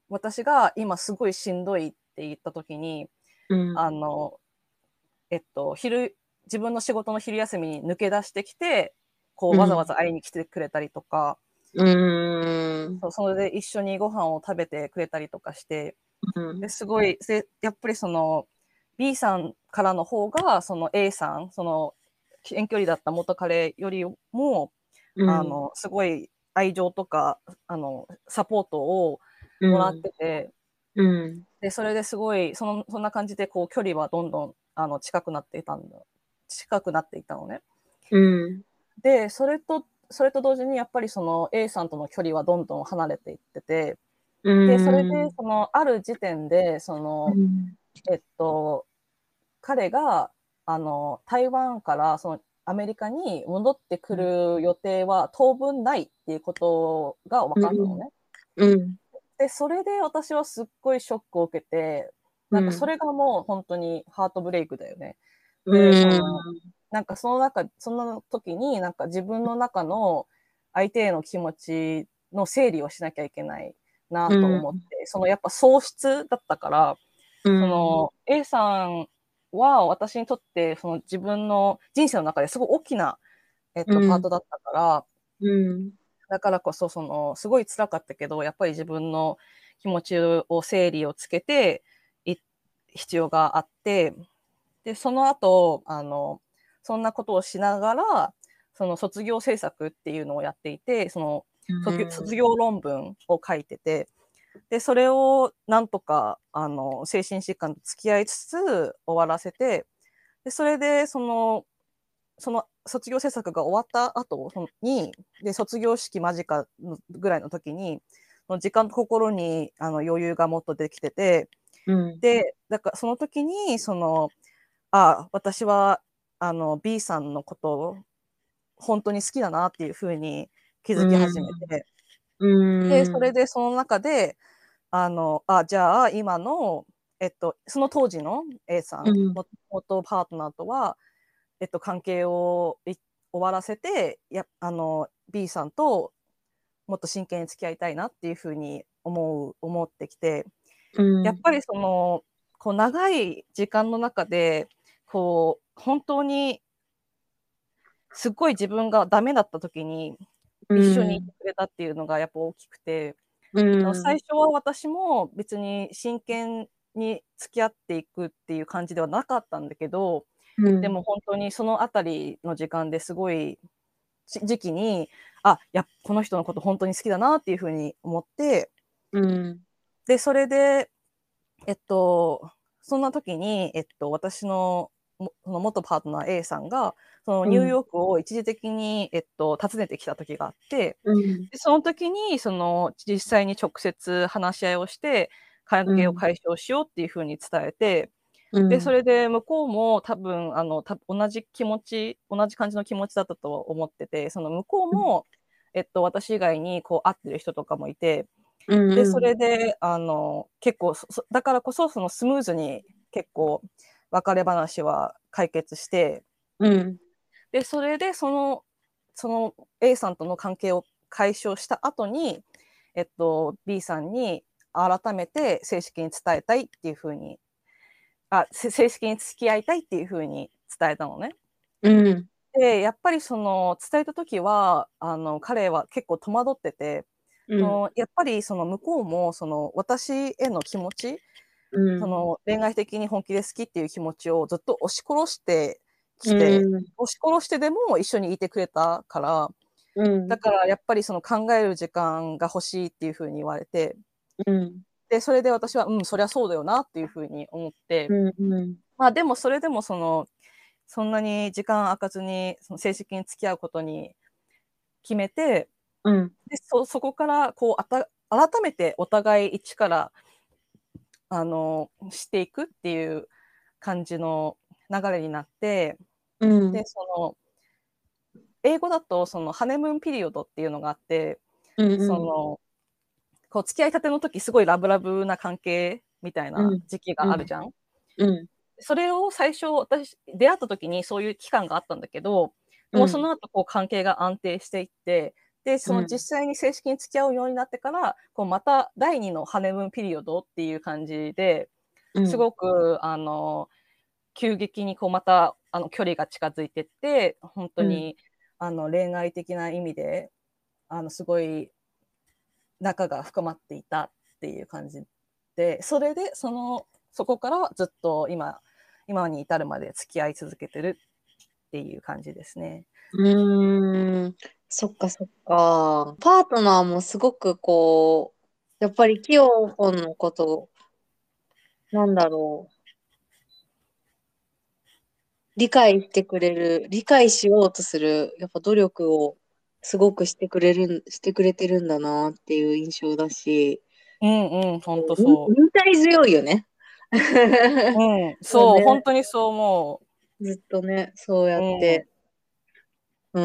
私が今すごいしんどいって言った時に、 うん。 あの、えっと、昼、自分の仕事の昼休みに抜け出してきて、こう、わざわざ会いに来てくれたりとか、 うん。 そうそれで一緒にご飯を食べてくれたりとかして、 うん。 ですごい、でやっぱりその B さんからの方が、その A さん、その遠距離だった元彼よりも、 うん。 あの、すごい愛情とか、あの、サポートをもらってて、 うん。 で、それですごい、その、そんな感じで、こう、距離はどんどん、あの、近くなっていたんだ。近くなっていたのね。 うん。 で、それと、それと同時に、やっぱりその A さんとの距離はどんどん離れていってて、で、それで、その、ある時点で、その、えっと、彼が、あの、台湾から、その、アメリカに戻ってくる予定は当分ないっていうことが分かったのね。 うん。 で、それで私はすっごいショックを受けて、なんかそれがもう本当にハートブレイクだよね。で、その、なんかその中、その時になんか自分の中の相手への気持ちの整理をしなきゃいけないなと思って、そのやっぱ喪失だったから、その A さんは私にとってその自分の人生の中ですごい大きな、えっと、パートだったから、だからこそ、その、すごい辛かったけど、やっぱり自分の気持ちを整理をつけてい必要があって、で、その後、あの、そんなことをしながら、その卒業制作っていうのをやっていて、その、卒業論文を書いてて、で、それをなんとか、あの、精神疾患と付き合いつつ終わらせて、で、それで、その、その卒業制作が終わった後に、で、卒業式間近ぐらいの時に、時間と心にあの余裕がもっとできてて、 うん、 で、だからその時に、その、あ、私はあの B さんのことを本当に好きだなっていうふうに気づき始めて、 うん、 で、それでその中で、あの、あ、じゃあ今の、えっと、その当時の A さん、 うん、 元パートナーとは、えっと、関係を終わらせて、やあの B さんともっと真剣に付き合いたいなっていうふうに思う思ってきて、 うん、 やっぱりそのこう長い時間の中でこう本当にすっごい自分がダメだった時に一緒にいてくれたっていうのがやっぱ大きくて、 うん、 最初は私も別に真剣に付き合っていくっていう感じではなかったんだけど、 うん、 でも本当にそのあたりの時間ですごい時期に、あ、やこの人のこと本当に好きだなっていうふうに思って、 うん、 で、それで、えっと、そんな時に、えっと、私のその元パートナー A さんが、そのニューヨークを一時的に、えっと、訪ねてきた時があって、 うん、 でその時に、その、実際に直接話し合いをして、関係を解消しようっていうふうに伝えて、で、それで向こうも多分、あの、た同じ気持ち、同じ感じの気持ちだったと思ってて、その向こうも、えっと、私以外にこう会ってる人とかもいて、で、それで、あの、結構、だからこそ、そのスムーズに結構、別れ話は解決して、 うん、 で、それで、その、その A さんとの関係を解消した後に、えっと、B さんに改めて正式に伝えたいっていうふうに、あ、正式に付き合いたいっていうふうに伝えたのね。 うん、 で、やっぱりその伝えた時は、あの、彼は結構戸惑ってて、そのやっぱりその向こうもその私への気持ち、その恋愛的に本気で好きっていう気持ちをずっと押し殺してきて、押し殺してでも一緒にいてくれたから、だからやっぱりその考える時間が欲しいっていう風に言われて、で、それで私は、うん、そりゃそうだよなっていう風に思って、まあでもそれでもその、そんなに時間空かずにその正式に付き合うことに決めて、 うん、 で そ, そこからこうあた改めてお互い一からあのしていくっていう感じの流れになって、 うん、 でその英語だとそのハネムーンピリオドっていうのがあって、 うん、 そのこう付き合いたての時すごいラブラブな関係みたいな時期があるじゃん。 うん、 それを最初私出会った時にそういう期間があったんだけど、でもその後こう関係が安定していって、 で、そのうん。 実際に正式に付き合うようになってから、こうまた第二のハネムーンピリオドっていう感じで、すうん。 ごく、あの、急激にこうまた、あの、距離が近づいてって、本当うん。 に、あの、恋愛的な意味で、あの、すごい仲が深まっていたっていう感じで、それで、その、そこからずっと今、今に至るまで付き合い続けてるっていう感じですね。 うーん。そっかそっか。パートナーもすごくこう、やっぱりキヨホンのこと、なんだろう、理解してくれる、理解しようとする、やっぱ努力をすごくしてくれる、してくれてるんだなっていう印象だし、 うんうん、ほんと忍そ耐強いよね。 う。うん、 そうそう、本ね。 当にそう思ずっとね、そうやう。 っうん、 て、うん、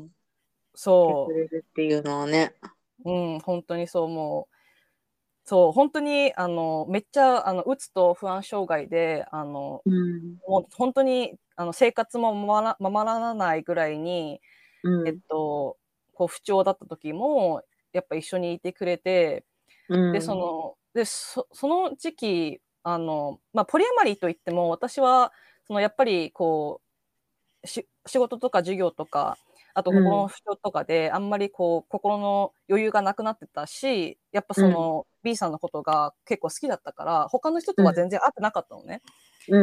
してくそれるっていうのはね。 う、うん、本当にそう思う。そう、本当に、あの、めっちゃ、あの、うつと不安障害で、あの、 うん、 もう本当に、あの、生活もままらままならないぐらいに、えっうん、 と、こう不調だった時も、やっぱ一緒にいてくれて、で、そうん、 の、で、そその時期、あの、まあ、ポリアマリーといっても、私は、その、やっぱり、こう、し仕事とか授業とか、あとうん、 心の不調とかで、あんまりこう、心の余裕がなくなってたし、やっぱうん、 その、B さんのことが結構好きだったから、他の人とはうん、 全然会ってなかったのね。 うん、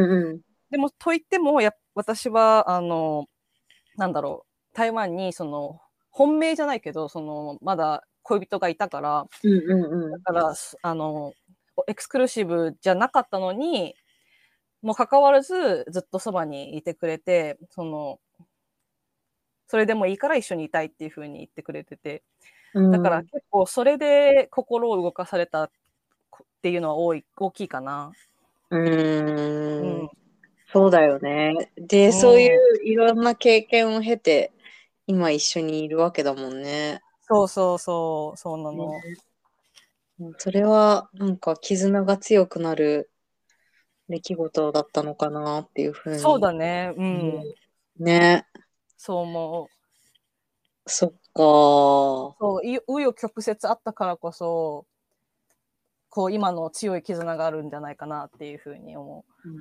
でも、と言っても、や私は、あの、なんだろう、台湾にその、本命じゃないけど、その、まだ恋人がいたから、 うん、うん、 だから、あの、エクスクルーシブじゃなかったのに、もう関わらずずっとそばにいてくれて、その、それでもいいから一緒にいたいっていう風に言ってくれてて、 うだからん、 結構それで心を動かされたっていうのは多い大きいかな。 うん、 うん。 うん、そうだよね。で、 うそういん。 ういろんな経験を経て、今一緒にいるわけだもんね。 そうそうそう、そうなね、 の。 うん、それは、なんか、絆が強くなる出来事だったのかなっていうふうそうに。 だね。ううん。 ん、ね。 そう思う。 そっか。 そう、い紆余曲折あったからこそ、こう今の強い絆があるんじゃないかなっていう風に思うん、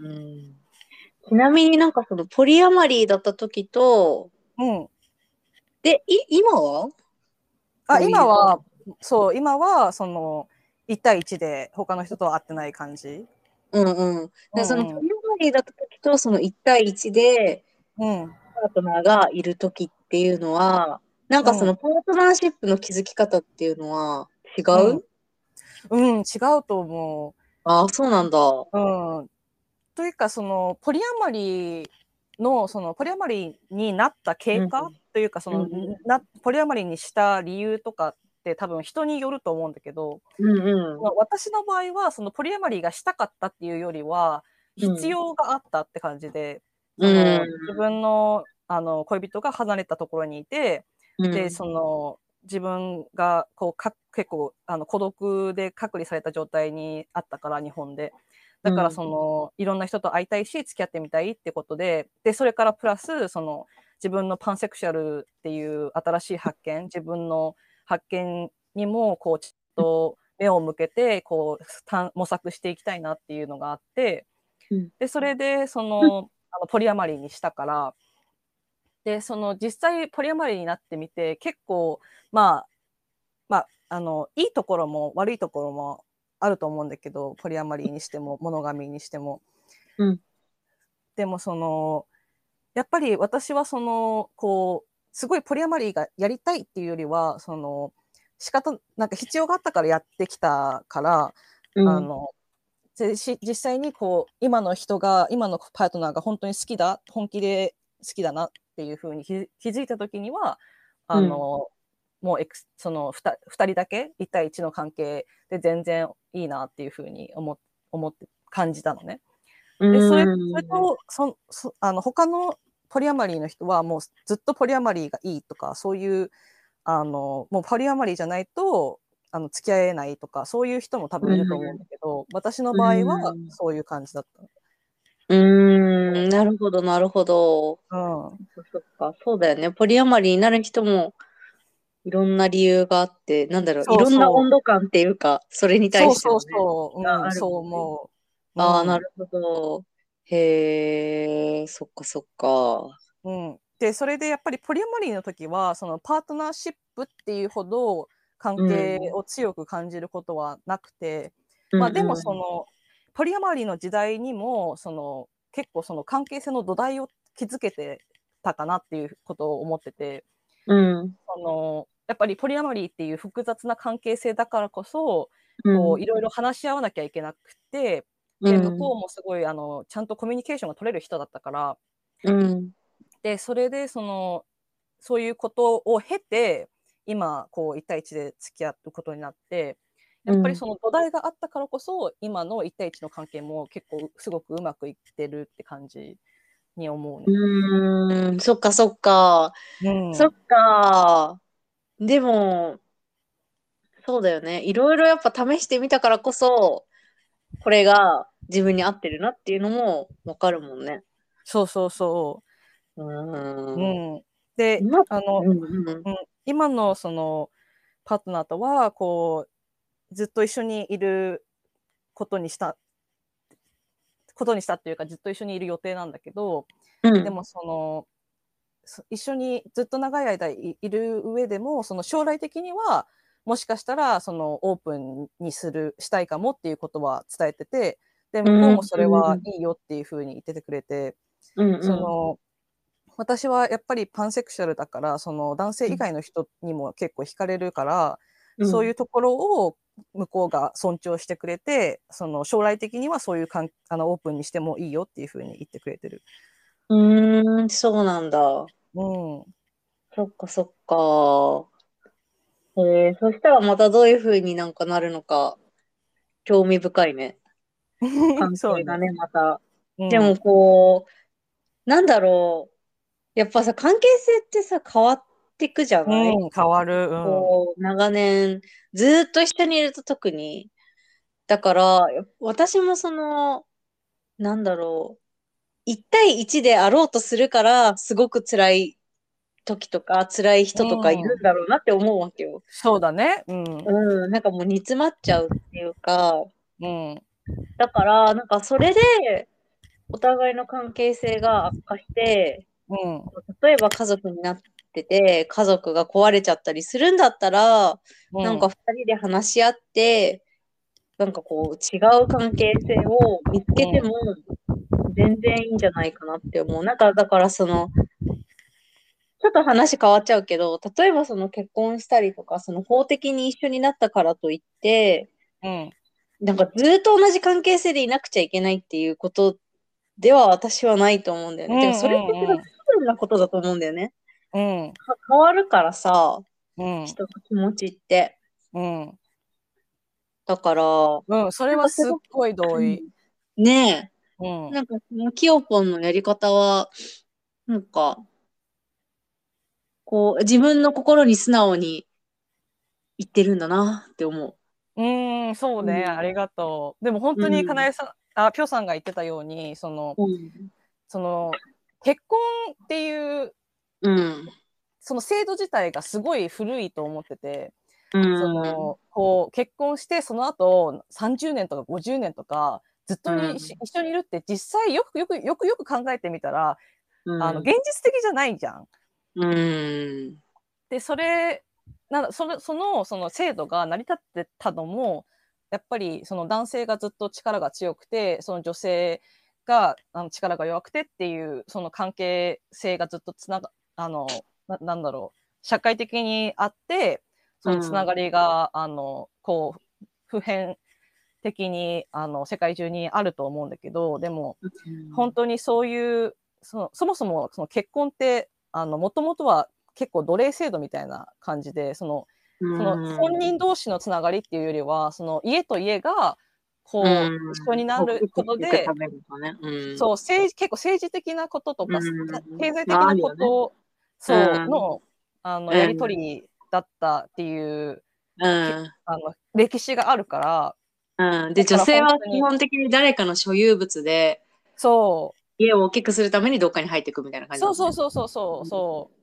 ちなみになんかそのポリアマリーだった時と、 う。うん。 で、い、今はあ、 どういう感じ？ 今は、そう、今はそのいち対いちで他の人とは会ってない感じ。 うんうん。 うで、そのんうん。 ポリアマリーだった時と、そのいち対いちでうん。 パートナーがいる時っていうのは、なんかそうん。 のパートナーシップの築き方っていうのは違うん。 う？ うん、違うと思ああ、そうなんだ。 う。うん。というか、その、ポリアマリーの、その、ポリアマリーになった経うん。 過というか、そうんの、な、ポリアマリーにした理由とかって多分人によると思うんだけど、 うんうん。 私の場合は、そのポリアマリーがしたかったっていうよりは、必うん。 要があったって感じで、 うその、自ん。 分の、あの、恋人が離れたところにいて、で、 うん。 その、自分が、こう、か、結構、あの、孤独で隔離された状態にあったから、日本で。だから、 うん。 その、いろんな人と会いたいし、付き合ってみたいってことで、で、それからプラス、その、自分のパンセクシャルっていう新しい発見、自分の発見にも、こう、ちょっと目を向けて、こう、模索していきたいなっていうのがあって、 うん。 で、それで、その、あのポリアマリーにしたから、で、その実際ポリアマリーになってみて、結構、まあ、まあ、あの、いいところも悪いところもあると思うんだけど、ポリアマリーにしても、モノガミーにしても。 うん。 でも、その、やっぱり私はその、こう、すごいポリアマリーがやりたいっていうよりは、その、仕方、なんか必要があったからやってきたから、 うん。 あの、実際にこう、今の人が、今のパートナーが本当に好きだ、本気で好きだなっていうふうに気づいたときには、あうん。 の、もうエクスその 2, 2人だけいち対いちの関係で全然いいなっていうふうに思思って感じたのね。 うで、それそれん。 とそそあの他のポリアマリーの人はもうずっとポリアマリーがいいとか、そういうあのもうポリアマリーじゃないとあの付き合えないとか、そういう人も多分いると思うんだけど、私のう場合はん。 そういう感じだった。 うーん、なるほど、なるほど。 うん。 そっか、そうだよね。ポリアマリーになる人もいろんな理由があって、なんだろう、いそうろんなそう。 温度感っていうか、それに対そうそうしてのね、 そう。うん、 があるそうもんね。 思う。 ああ、 うん。 なるほど。へえ、そっかそっか。 うん、でそれでやっぱりポリアモリーの時はそのパートナーシップっていうほど関う係ん。 を強く感じることはなくて、 うんまあ、でもうん。 そのポリアモリーの時代にもその結構その関係性の土台を築けてたかなっていうことを思ってて、 うん。 そのやっぱりポリアモリーっていう複雑な関係性だからこそうん。 こういろいろ話し合わなきゃいけなくて、 うで向こん。 うもすごいあのちゃんとコミュニケーションが取れる人だったから、 うん。 でそれでそのそういうことを経て今こういち対いちで付き合うことになって、やうん。 っぱりその土台があったからこそ今のいち対いちの関係も結構すごくうまくいってるって感じに思うね。 うーん、そっかそっか。 うん、 そっか。でも、そうだよね。いろいろやっぱ試してみたからこそ、これが自分に合ってるなっていうのもわかるもんね。 そうそうそうう。 ーん。 うん、で今、 あの、 うんうん。 うん、今のそのパートナーとはこうずっと一緒にいることにしたことにしたっていうかずっと一緒にいる予定なんだけど、 うん。 でもその一緒にずっと長い間いる上でもその将来的にはもしかしたらそのオープンにするしたいかもっていうことは伝えてて、で向こううん。 もそれはいいよっていうふうに言っててくれて、 うんうん。 その私はやっぱりパンセクシャルだからその男性以外の人にも結構惹かれるから、そういうところを向こうが尊重してくれて、その将来的にはそういうかんあのオープンにしてもいいよっていうふうに言ってくれてる。 うん。うーん、そうなんだ。 うん、 そっかそっか。えー、そしたらまたどういう風になんかなるのか、興味深いね。関そうね。 係がね、また。でもうん、 こう、なんだろう。やっぱさ、関係性ってさ、変わってくじゃない？ うん、変わる。うん。 こう、長年、ずーっと一緒にいると特に。だから、やっ私もその、なんだろう。一対一であろうとするから、すごく辛い時とか、辛い人とかいるんうん。 だろうなって思うわけよ。 そうだね。うん。 うん、なんかもう煮詰まっちゃうっていうか、 うん。 だから、なんかそれで、お互いの関係性が悪化して、 うん。 例えば家族になってて、家族が壊れちゃったりするんだったら、 うん。 なんか二人で話し合って、なんかこう違う関係性を見つけても全然いいんじゃないかなって思う。なんかだからその、ちょっと話変わっちゃうけど、例えばその結婚したりとか、その法的に一緒になったからといって、 うん。 なんかずっと同じ関係性でいなくちゃいけないっていうことでは私はないと思うんだよね。てか、 うん。 それってすごいうん。 不自然なことだと思うんだよね。 うん。 か変わるからさ、 うん。 人の気持ちって。 うん。 だから、 うん。それなんかすはすっごく、 ごい同意。 うんねうえ、 ん。 なんかそのキヨポンのやり方は、なんか、こう、自分の心に素直に言ってるんだなって思うーん、そうう。 ね。 うん。 ありがとう。でも本当にかなうん。 えさん、あ、ぴょさんが言ってたように、その、 うん。 その、結婚っていう、 うん。 その制度自体がすごい古いと思ってて、 うそん。 のこう結婚してその後さんじゅうねんとかごじゅうねんとかずっとに一うん。 緒にいるって実際よくよくよくよく考えてみたらあの現うん。 実的じゃないじゃん。 うん。 でそれなそのそのその制度が成り立ってたのもやっぱりその男性がずっと力が強くてその女性があの力が弱くてっていうその関係性がずっとつながあのななんだろう社会的にあってそのつながりがあのこう普遍的にあの世界中にあると思うんだけど、でも本当にそういうそのそもそもその結婚ってもともとは結構奴隷制度みたいな感じでそのそのうん。 本人同士のつながりっていうよりはその家と家がうこう一緒にん。 なるを維持していくたことでめにかね。うん。 そう政治結構政治的なこととうかん。まあ、あ経済的なるよね。 ことうそうん。 のあのやりうん。 取りだったっていううけん。 あの歴史があるからうん。で、 だから女性は本当に基本的に誰かの所有物で、 そう家を大きくするためにどっかに入っていくみたいな感じだもんね。 そうそうそうそうそうそう。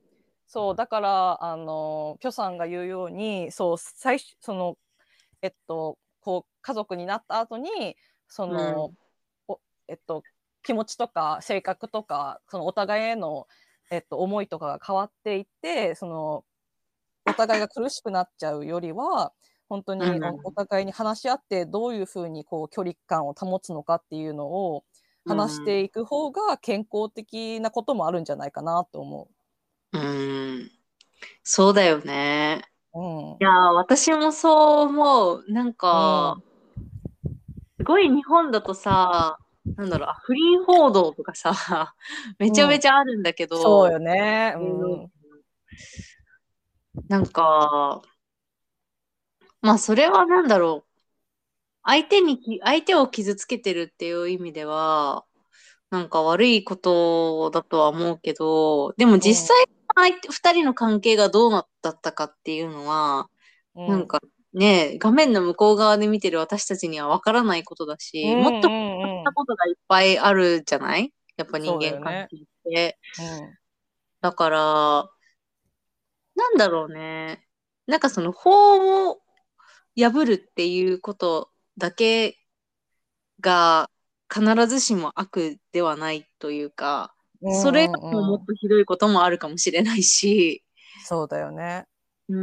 そうだからあのピョさんが言うように、そう最初そのえっとこう家族になった後にその、うん、おえっと気持ちとか性格とかそのお互いへのえっと思いとかが変わっていって、そのお互いが苦しくなっちゃうよりは本当に お,、 うん、 お互いに話し合ってどういうふうにこう距離感を保つのかっていうのを話していく方が健康的なこともあるんじゃないかなと思う。うん、そうだよね。 う。うん、 いやー、私もそう思う。なんうか、 ん、 すごい日本だとさ、なんだろう、あ不倫報道とかさ、めちゃうん、 めちゃあるんだけど、 そうよね。ううんん、 なんか、まあそれはなんだろう、相手にき、相手を傷つけてるっていう意味では、なんか悪いことだとは思うけど、でもうん、 実際、相手、二人の関係がどうなだったかっていうのは、 うん、 なんかね、画面の向こう側で見てる私たちにはわからないことだうん、 し、もっとこうん、 んなうん、 ことがいっぱいあるじゃないやっぱ人そうだ間関よね。 係って。 うん、 だから、なんだろうね。なんかその法を破るっていうことだけが必ずしも悪ではないというか、 うそれよりももん、うん、 っとひどいこともあるかもしれないし、 そうだよね。 うん、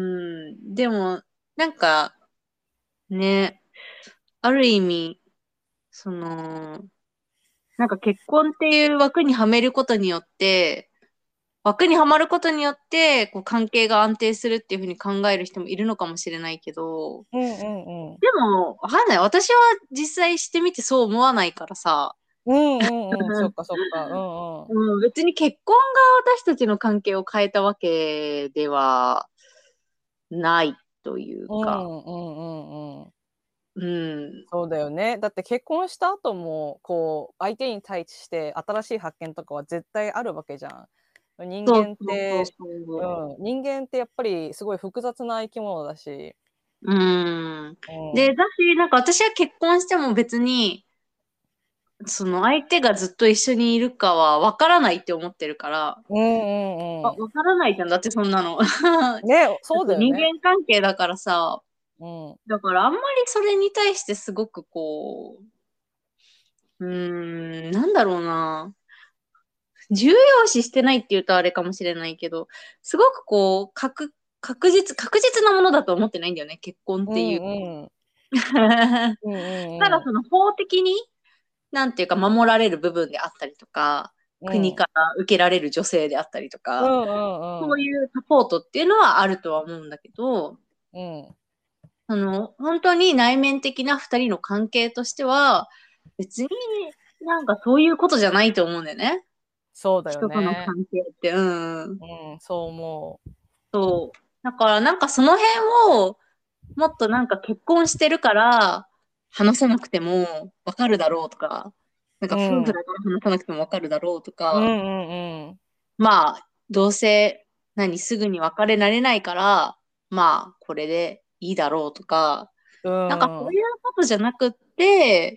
でも、なんかね、ある意味、その、なんか結婚っていう枠にはめることによって、枠にはまることによって、こう関係が安定するっていうふうに考える人もいるのかもしれないけど、 うん、うん、うん、 でも、わかんない。私は実際してみてそう思わないからさ、 うん、うん、うん、そっかそっか。うん、うん、 うん、別に結婚が私たちの関係を変えたわけではないといううん、 か、 うん、うん、うん。 うん、 そうだよね。だって結婚した後もこう相手に対して新しい発見とかは絶対あるわけじゃん。人そう間っそうそうて、 そう。 うん、人間ってやっぱりすごい複雑な生き物だし、 うん。 うで、 ん、 だし、なんか私は結婚しても別に、その相手がずっと一緒にいるかはわからないって思ってるから、 うん、 あ、 うん、うわからないじゃん。だってそんなの。だん。ね、そうって人だよね。 間関係だからさ、 うん、 だからあんまりそれに対してすごくこう、うーん、なんだろうな。重要視してないって言うとあれかもしれないけど、すごくこう、確、確実、確実なものだと思ってないんだよね、結婚うっていう。 ん、うん、うん、 ただうん、 その法的に、なんていうか守られる部分であったりとか、 うん、うん、 国から受けられる女性であったりとうか、そうん、 いうサポートっていうのはあるとは思うんだけど、 うん、 その、本当に内面的な二人の関係としては、別になんかそういうことじゃないと思うんだよね。 そうだよ人とのね。 関係って。うん。 うん、そう思そう。だからなんかその辺を、もっとなんか結婚してるから話さなくてもわかるだろうとか、なんう。 か夫婦だうん、 から話さなくてもわかるだろうとうん、 か、 うん、うん。 まあ、どうせ何すぐに別れられないから、まあ、これでいいだろうとか、 うなんかそうん、 いうことじゃなくって、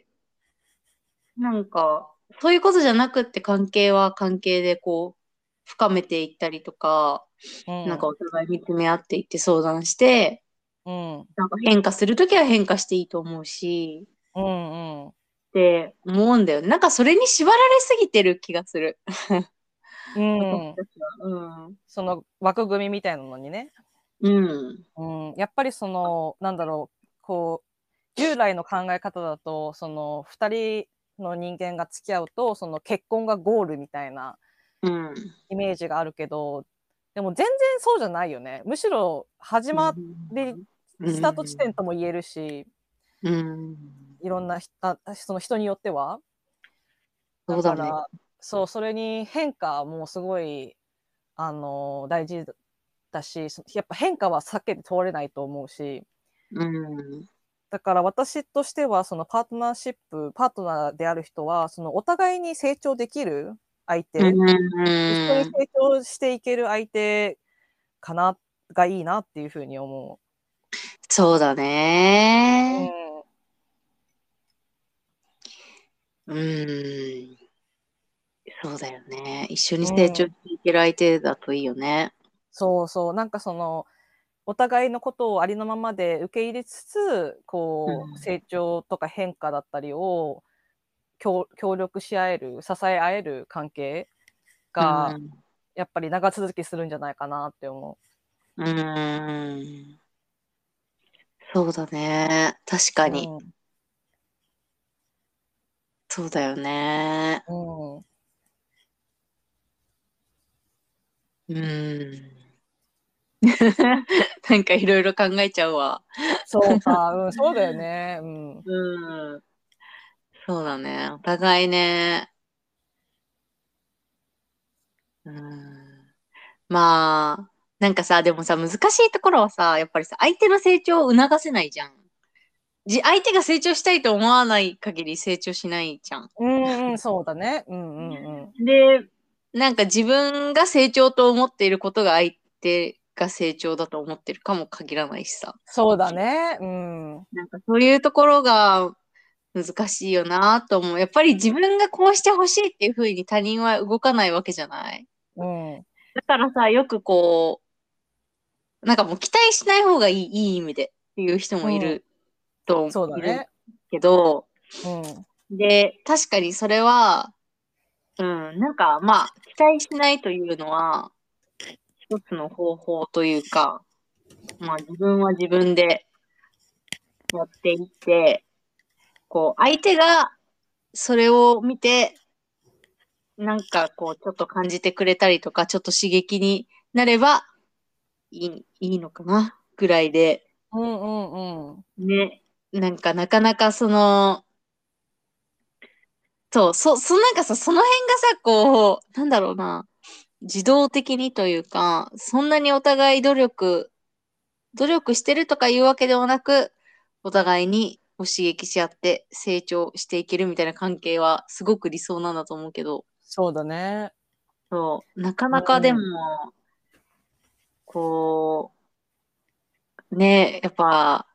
なんか、そういうことじゃなくって関係は関係でこう、深めていったりとか、 うん、 なんかお互い見つめ合っていって相談して、 うん、 なんか変化するときは変化していいと思うし、 うん、うん。 って思うんだよね。なんかそれに縛られすぎてる気がする。 うん、 私たちは。 その枠組みみたいなのにね。 うん。うん。 うん、やっぱりその、なんだろう、こう、従来の考え方だと、その、二人の人間が付き合うと、その結婚がゴールみたいなうん。 イメージがあるけど、でも全然そうじゃないよね。むしろ始うまり、 ん。 スタート地点とも言えるし、 うん。 いろんなあその人によっては。だそうだね。 から、そう、それに変化もすごい、あの、大事だし、やっぱ変化は避けて通れないと思うし、 うん。 だから私としては、そのパートナーシップ、パートナーである人は、そのお互いに成長できる相う手、一緒にん。 成長していける相手かな、がいいなっていうふうに思そうだう。 ね。 うん。 うん。そうだよね。一緒に成長しうん。 ていける相手だといいよね。 そうそう、なんかそのお互いのことをありのままで受け入れつつ、こう、 うん。 成長とか変化だったりを協協力し合える、支え合える関係うがん。 やっぱり長続きするんじゃないかなって思うーん。そうだね。確かう。 に。 うん。 そうだよね。 うん。 うーん。なんかいろいろ考えちゃうわ。 そうか、うん、そうだよね。うん。 うん。そうだね。お互いね。うん。まあ、なんかさ、でもさ、難しいところはさ、やっぱりさ、相手の成長を促せないじゃん。じ、相手が成長したいと思わない限り成長しないじゃん。 うんうん、そうだね。うんうんうん。 で、なんか自分が成長と思っていることが相手が成長だと思ってるかも限らないしさ。 そうだね。うん。 なんかそういうところが難しいよなと思う。やっぱり自分がこうしてほしいっていうふうに他人は動かないわけじゃない。 うん。 だからさ、よくこう、なんかもう期待しない方がいい、いい意味でっていう人もいうん。 ると、いるそうだね。 けど、 うん。 で、確かにそれは、うん、なんかまあ、期待しないというのは、一つの方法というか、まあ自分は自分でやっていって、こう、相手がそれを見て、なんかこう、ちょっと感じてくれたりとか、ちょっと刺激になればいい、いいのかな、ぐらいで、 うんうんうん。 ね、なんかなかなかその、そう、そ、そ、なんかさ、その辺がさ、こう、なんだろうな、自動的にというか、そんなにお互い努力、努力してるとかいうわけではなく、お互いにこう刺激し合って成長していけるみたいな関係はすごく理想なんだと思うけど、 そうだね。 そう、なかうなかでも、 ん。 こう、ね、やっぱ、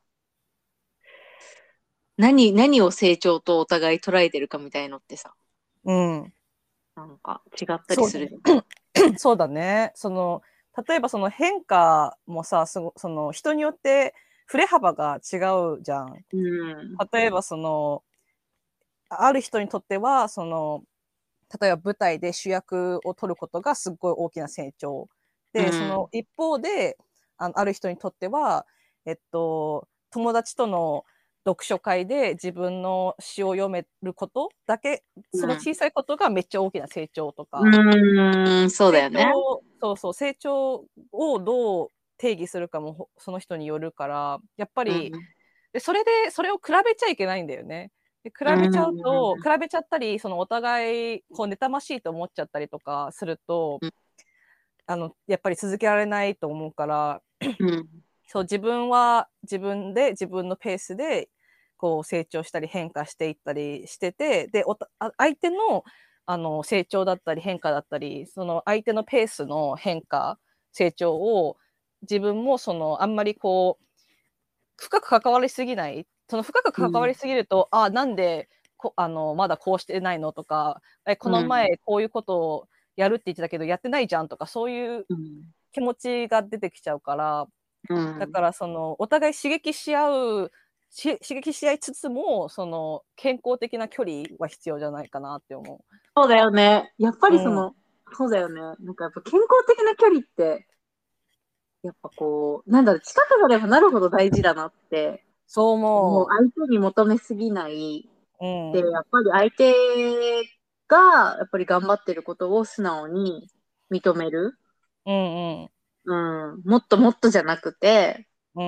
何、何を成長とお互い捉えてるかみたいのってさ、 うん。 なんか違ったりそうだね。 するじゃん。 そうだね。その、例えばその変化もさ、その、その人によって振れ幅が違うじゃん。 うん。 例えばその、ある人にとっては、その、例えば舞台で主役を取ることがすっごい大きな成長。 うで、そのん。 一方で、あのある人にとっては、えっと、友達との読書会で自分の詩を読めることだけ、そのうん。 小さいことがめっちゃ大きな成長とうか、 ーん、そうだ成よね。 長、そうそう、成長をどう定義するかもその人によるから、やっぱり、 うん。 で、それで、それを比べちゃいけないんだよね。で、比うべちゃうと、 ん。 比べちゃったり、そのお互い、こう、妬ましいと思っちゃったりとかすると、あの、やっぱり続けられないと思うから、 うん。 そう、自分は自分で、自分のペースで、こう、成長したり変化していったりしてて、で、おたあ相手の、あの、成長だったり変化だったり、その相手のペースの変化、成長を、自分もその、あんまりこう、深く関わりすぎない、その深く関わりうん。 すぎると、あ、なんでこあのまだこうしてないのとか、え、このうん。 前こういうことをやるって言ってたけどやってないじゃんとか、そういううん。 気持ちが出てきちゃうから、 うん。 だからそのお互い刺激し合う、し刺激し合いつつも、その健康的な距離は必要じゃないかなって思そうだよね。やっぱう。うん、 りその、そうだよね。なんかやっぱ健康的な距離って、やっぱこう、なんだろう、近くなればなるほど大事だなって、 そうもう思相手に求めすぎない。 う。うで、 ん、 やっぱり相手が、やっぱり頑張ってることを素直に認める。 うんうん、 うん。もっともっとじゃなくて、 うん、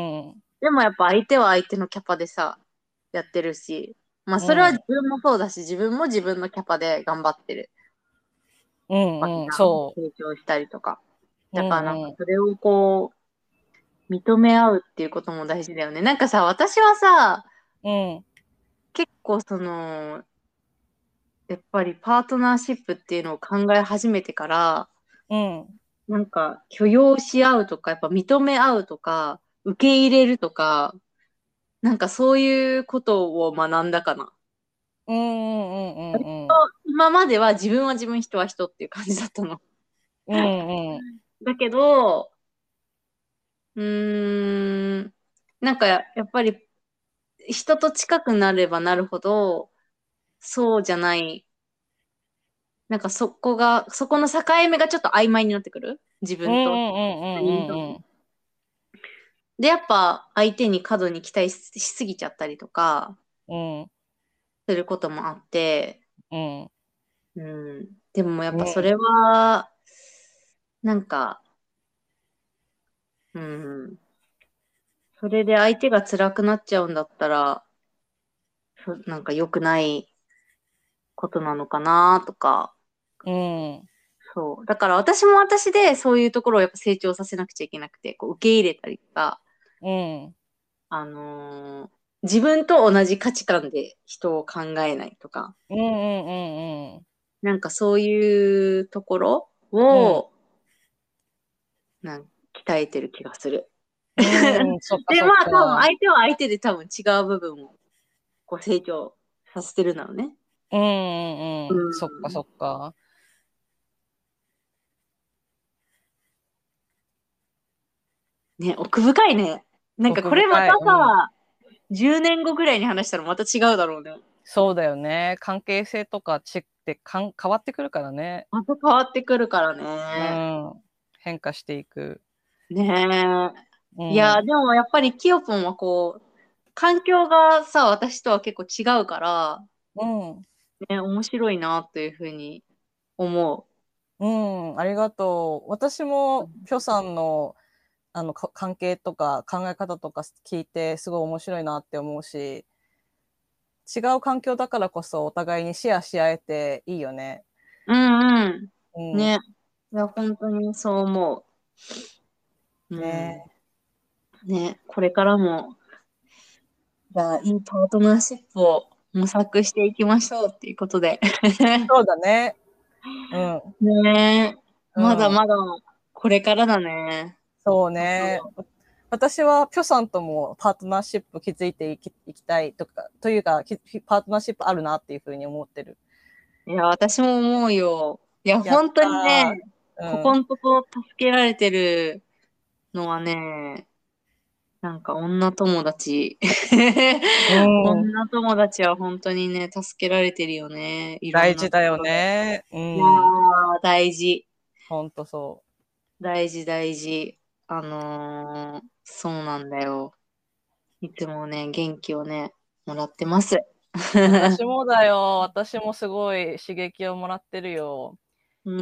でもやっぱ相手は相手のキャパでさ、やってるし、まあうん、 それは自分もそうだし、自分も自分のキャパで頑張ってるわけじうんうん、 ゃん。 そ成長したりとか。 う。うだからなんかんうん、 それをこう、認め合うっていうことも大事だよね。なんかさ、私はさ、 うん、 結構その、やっぱりパートナーシップっていうのを考え始めてから、 うん。 なんか許容し合うとか、やっぱ認め合うとか、受け入れるとか、なんかそういうことを学んだかな。 うんうんうんうんうん。 今までは自分は自分、人は人っていう感じだったの。 うんうん。 だけど、 うーん。なんかや、やっぱり人と近くなればなるほど、そうじゃない。なんかそこが、そこの境目がちょっと曖昧になってくる。自うんう分とんうん他人と。 うんうんで、やっぱ相手に過度に期待ししすぎちゃったりとかうんすることもあって、 うんうん。でもやっうん。 ぱそれは、なんか、うん。それで相手が辛くなっちゃうんだったら、そなんか良くないことなのかなとか、 うん。 そう。だから私も私でそういうところをやっぱ成長させなくちゃいけなくて、こう受け入れたりとか、 うん。 あのー自分と同じ価値観で人を考えないとか、 うんうんうんなんかそういうところうん。 を、なんか鍛えてる気がする。 うん。うん。そっかで、 そっまあ多分か。 相手は相手で多分違う部分をこう成長させてるんだろうね。 うんうんううん。そっかそん。 っか。 ね、奥深いね。なんかこれまた奥深い。うん。 さ、じゅうねんごぐらいに話したらまた違うだろうね。 そうだよね。関係性とかチェックってかん変わってくるからね。 また変わってくるからうね。 ん。変化していく。 ねえ。いや、 うん。 でもやっぱりキヨポンはこう、環境がさ、私とは結構違うから、 うん。 ね、面白いなというふうに思うん。ありがとう。私う。 も、ピョさんの、あの、か関係とか考え方とか聞いて、すごい面白いなって思うし、違う環境だからこそお互いにシェアし合えていいよね。 うんうん。 うん。 ね。いや、本当にそう思う。うん。 ね。 ね、これからも、じゃあ、いいパートナーシップを模索していきましょうっていうことで。 そうだね。うん。 ねえ。 うん。 まだまだ、これからだね。 そうあね。 と、 私はピョさんともパートナーシップ築いていきいきたいとか、というか、きパートナーシップあるなっていうふうに思ってる。 いや、私も思うよ。いや、 やっ本当にね、 たー。 こうん。 こんとこ助けられてるのはね、なんか女友達。 うん。 女友達は本当にね、助けられてるよね。いろんな大事だよところで。 ね。ういやん。 ー、大事。 ほんとそ大事、大事。あのーそうなんだよ。いつもね、元気をね、もらってます。 う。私もだよ。私もすごい刺激をもらってるよ。 うん。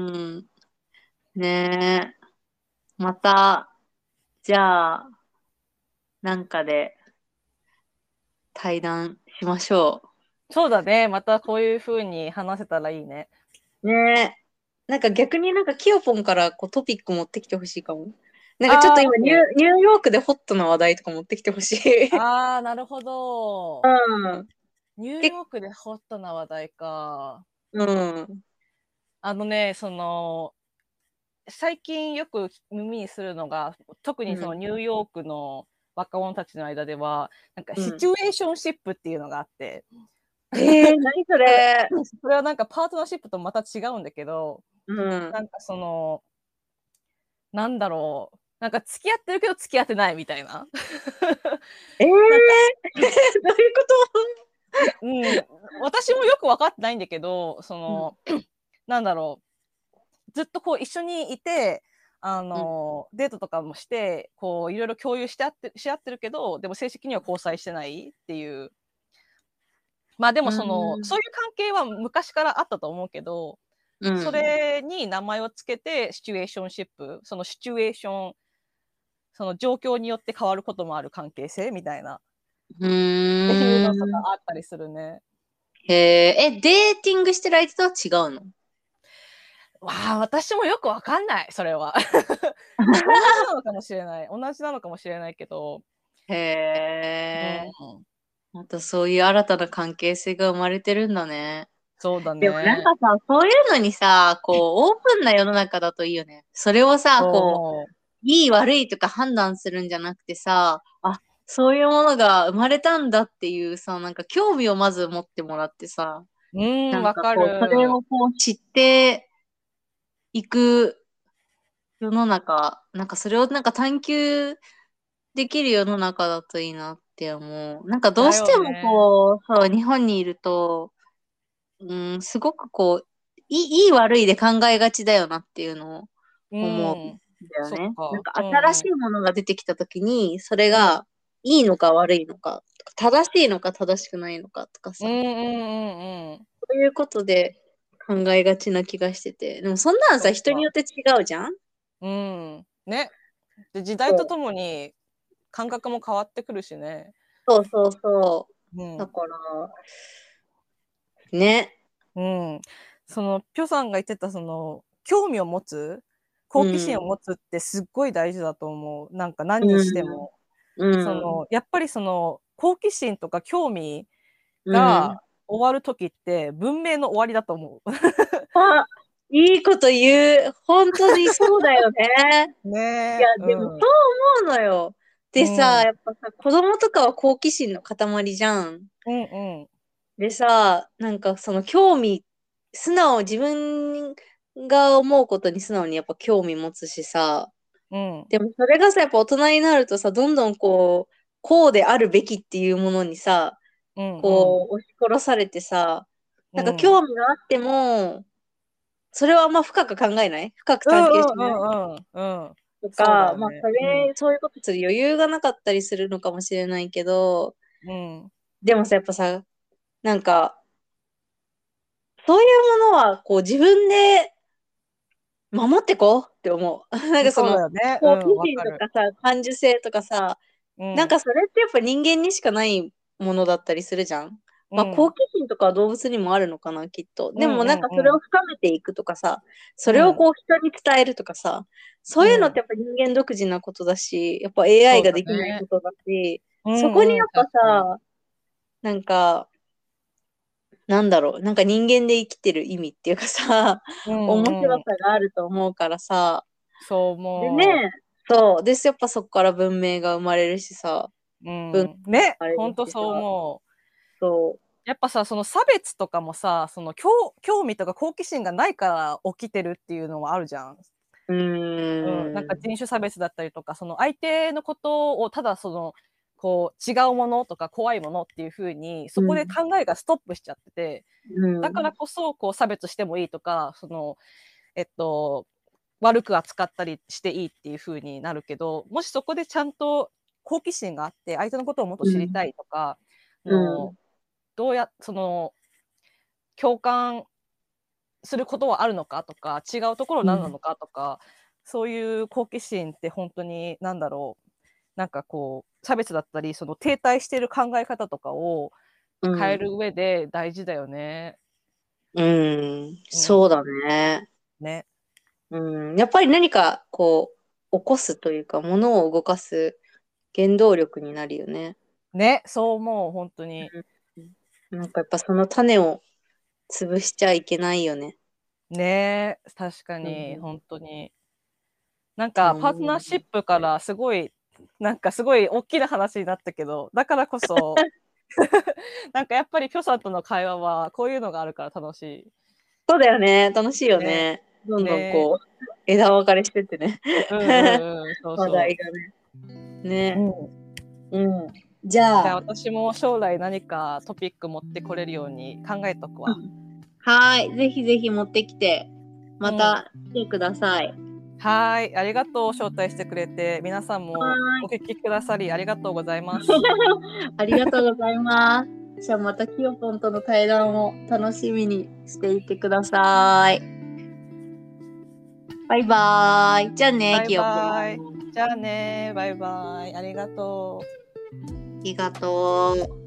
ねえ。また、じゃあ、なんかで対談しましょそうだね。またこういうふうに話せたらいいね。 う。ねえ。なんか逆になんかキヨポンからこうトピック持ってきてほしいかも。なんかちょっああ、 と今ニュー、 オッケー。 ニューヨークでホットな話題とか持ってきてほしい。 ああ、なるほうど。 ん。 ニューけ、 ヨークでホットな話題か。 うん。 あのね、その、最近よく耳にするのが、特にそのうん。 ニューヨークの若者たちの間では、なんかうん。 シチュエーションシップっていうのがあって、 えー、何そこれ、 れ。 それはなんかパートナーシップとまた違うんだけど、 うん。 なんかその、なんだろう、なんか付き合ってるけど付き合ってないみたいな。 えー、 なんか、 どういうこうん、私もよく分かってないんだけど、そと？うん。 の、なんだろう、ずっとこう一緒にいて、あうん。 のデートとかもして、こういろいろ共有してあってし合ってるけど、でも正式には交際してないっていう。まあでもうその、 ん。 そういう関係は昔からあったと思うけど、そうん。 れに名前をつけてシチュエーションシップ、そのシチュエーション、その状況によって変わることもある関係性みたいな、っうていうのとーん。 かあったりするね。 へえ、え、デーティングしてる相手とは違うの？ わあ、私もよくわかんない、それは。同じなのかもしれない。同じなのかもしれないけど。 へえ。 うん。 またそういう新たな関係性が生まれてるんだね。 そうだでもなんね。 かさ、そういうのにさ、こう、オープンな世の中だといいよね。それをさ、 そうこう、 思う。 いい悪いとか判断するんじゃなくてさ、あ、そういうものが生まれたんだっていうさ、なんか興味をまず持ってもらってさ、 うん、 なんわかかこう、それる。 をこう知っていく世の中、なんかそれをなんか探求できる世の中だといいなって思う。なんかどうしてもだよね。 こう、そう、日本にいると、うん、すごくこう、いい、いい悪いで考えがちだよなっていうのをう思うんん。 だよね。 そっか。 なんかうん新しいものが出てきたときに、それうん。 がいいのか悪いのか、正しいのか正しくないのかとかさ、 うんうんうんうん。 そういうことで考えがちな気がしてて。でもそんなのさ、 そっか。 人によって違うじゃん。 うん。ね。で、時代ととそうもに感覚も変わってくるしね。 そうそうそう。だうん。 から、ね。 うん。その、ぴょさんが言ってた、その、興味を持つ、 う好奇心をん。 持つってすっごい大事だと思う。なんか何にしてうん。 も。そうん。 の、やっぱりその、好奇心とか興味うん。 が終わる時って文明の終わりだと思う。 あ、いいこと言う。本当にそうだよね。いや、 ねえ。 でもそううん。 思うのよ。 うでさ、 ん。 やっぱさ、子供とかは好奇心の塊じゃん。 うんうん。 でさ、なんかその興味、素直、自分が思うことに素直にやっぱ興味持つしさ、 うん。 でもそれがさ、やっぱ大人になるとさ、どんどんこう、こうであるべきっていうものにさ、 うんうん。 こう、押し殺されてさ、なんかうん。 興味があっても、それはあんま深く考えない深くうん探求しないうんうんうん。うん。 とか、まあ、 そうだよね。 そうん。 れ、そういうことする余裕がなかったりするのかもしれないけど、 うん。 でもさ、やっぱさ、なんか、そういうものは、こう、自分で守ってこうって思う。なんかそそうだの、 よね。う好奇ん、わかる。 心とかさ、感受性とかさ、 うん。 なんかそれってやっぱ人間にしかないものだったりするじゃん。まあ、好うん。 奇心とかは動物にもあるのかな、きっと。 うんうでもなんかそれんを深めていくとかさ、そうん。うん。 れをこう人に伝えるとかさ、そういうのってうん。 やっぱ人間独自なことだし、やっぱそエーアイうだができないね。 ことだし、 うんうん、 そこにやっぱ確かに。 さ、なんか、なんだろう、なんか人間で生きてる意味っていうかさ、 う面んうん。 白さがあると思うからさ、 そうでね、 思そう。で、やっぱそこから文明が生まれるしさ、 う。う文化ん。ね、 が生まれるしさ、 ほんとそう思う。 そやっぱさ、その差別とかもさ、その興興味とか好奇心がないから起きてるっていうのはあるじゃん。 う。ううん、なんーん。 か人種差別だったりとか、その相手のことをただその、こう違うものとか怖いものっていう風に、そこでうん。 考えがストップしちゃってて、 うん。 だからこそこう差別してもいいとか、その、えっと、悪く扱ったりしていいっていう風になるけど、もしそこでちゃんと好奇心があって、相手のことをもっと知りたうん。 いとか、あうの、 ん。 どうやその共感することはあるのかとか、違うところうん。 何なのかとか、そういう好奇心って本当に何だろう、なんかこう、差別だったり、その停滞している考え方とかをうん。 変える上で大事だよね。 うん。 うん。 そうだね。 ね。 うん。やっぱり何かこう、起こすというか、物を動かす原動力になるよね。 ね、そう思う、本当に。 うん。なんかやっぱその種を潰しちゃいけないよね。 ね、確かに、 うん。 本当に。なんとかパートナーシッ思う。 プからすごい、なんかすごい大きな話になったけど、だからこそ、なんかやっぱりピョさんとの会話はこういうのがあるから楽しい。 そうだよね。楽しいよね。 ね。どんどんね。 こう、枝分かれしてってね。 うんうんうん、そう話そ題がね。 う。うね。 ん。 うん。じゃあ、 じゃあ私も将来何かトピック持ってこれるように考えとくわ。 うん。はい。ぜひぜひ持ってきて、まうん。 た来てください。 はい、ありがとう、招待してくれて。皆さんはもおーい。 聞きくださりありがとうございます。 ありがとうございます。じゃあまたキヨポンとの対談を楽しみにしていてください。バイバーイ。じゃあね、 バイキヨポン。 バイ。じゃあね、バイバイ。ありがとう。 ありがとう。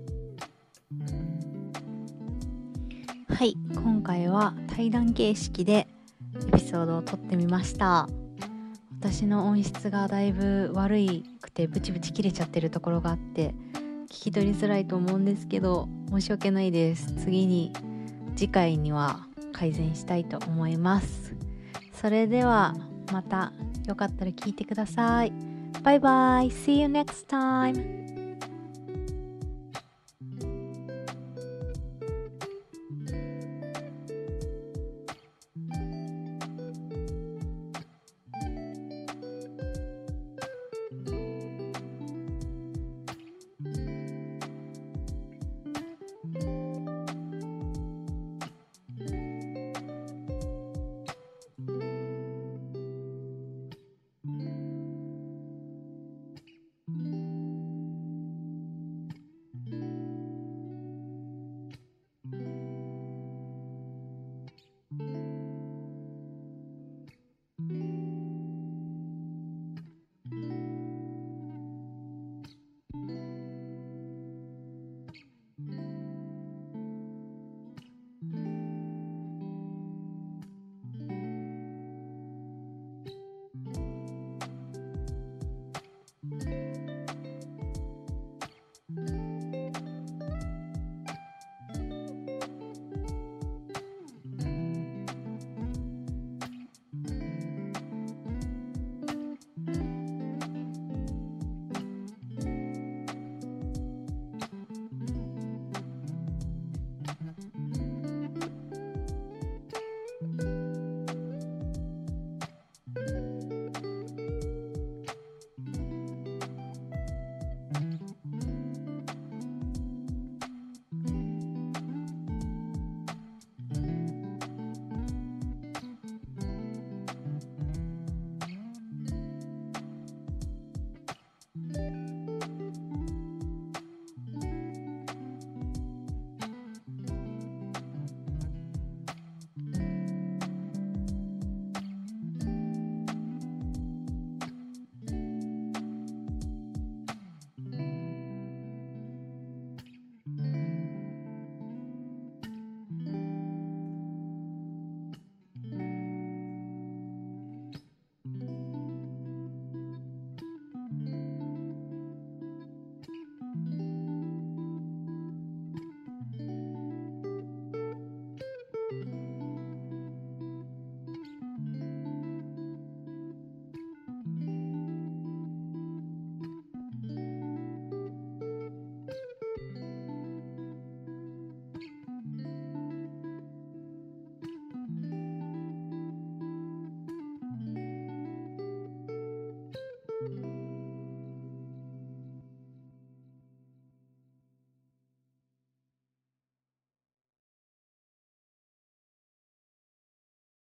はい、今回は対談形式でエピソードを撮ってみました。私の音質がだいぶ悪くてブチブチ切れちゃってるところがあって聞き取りづらいと思うんですけど、申し訳ないです。次に次回には改善したいと思います。それではまたよかったら聞いてください。バイバイ。See you next time.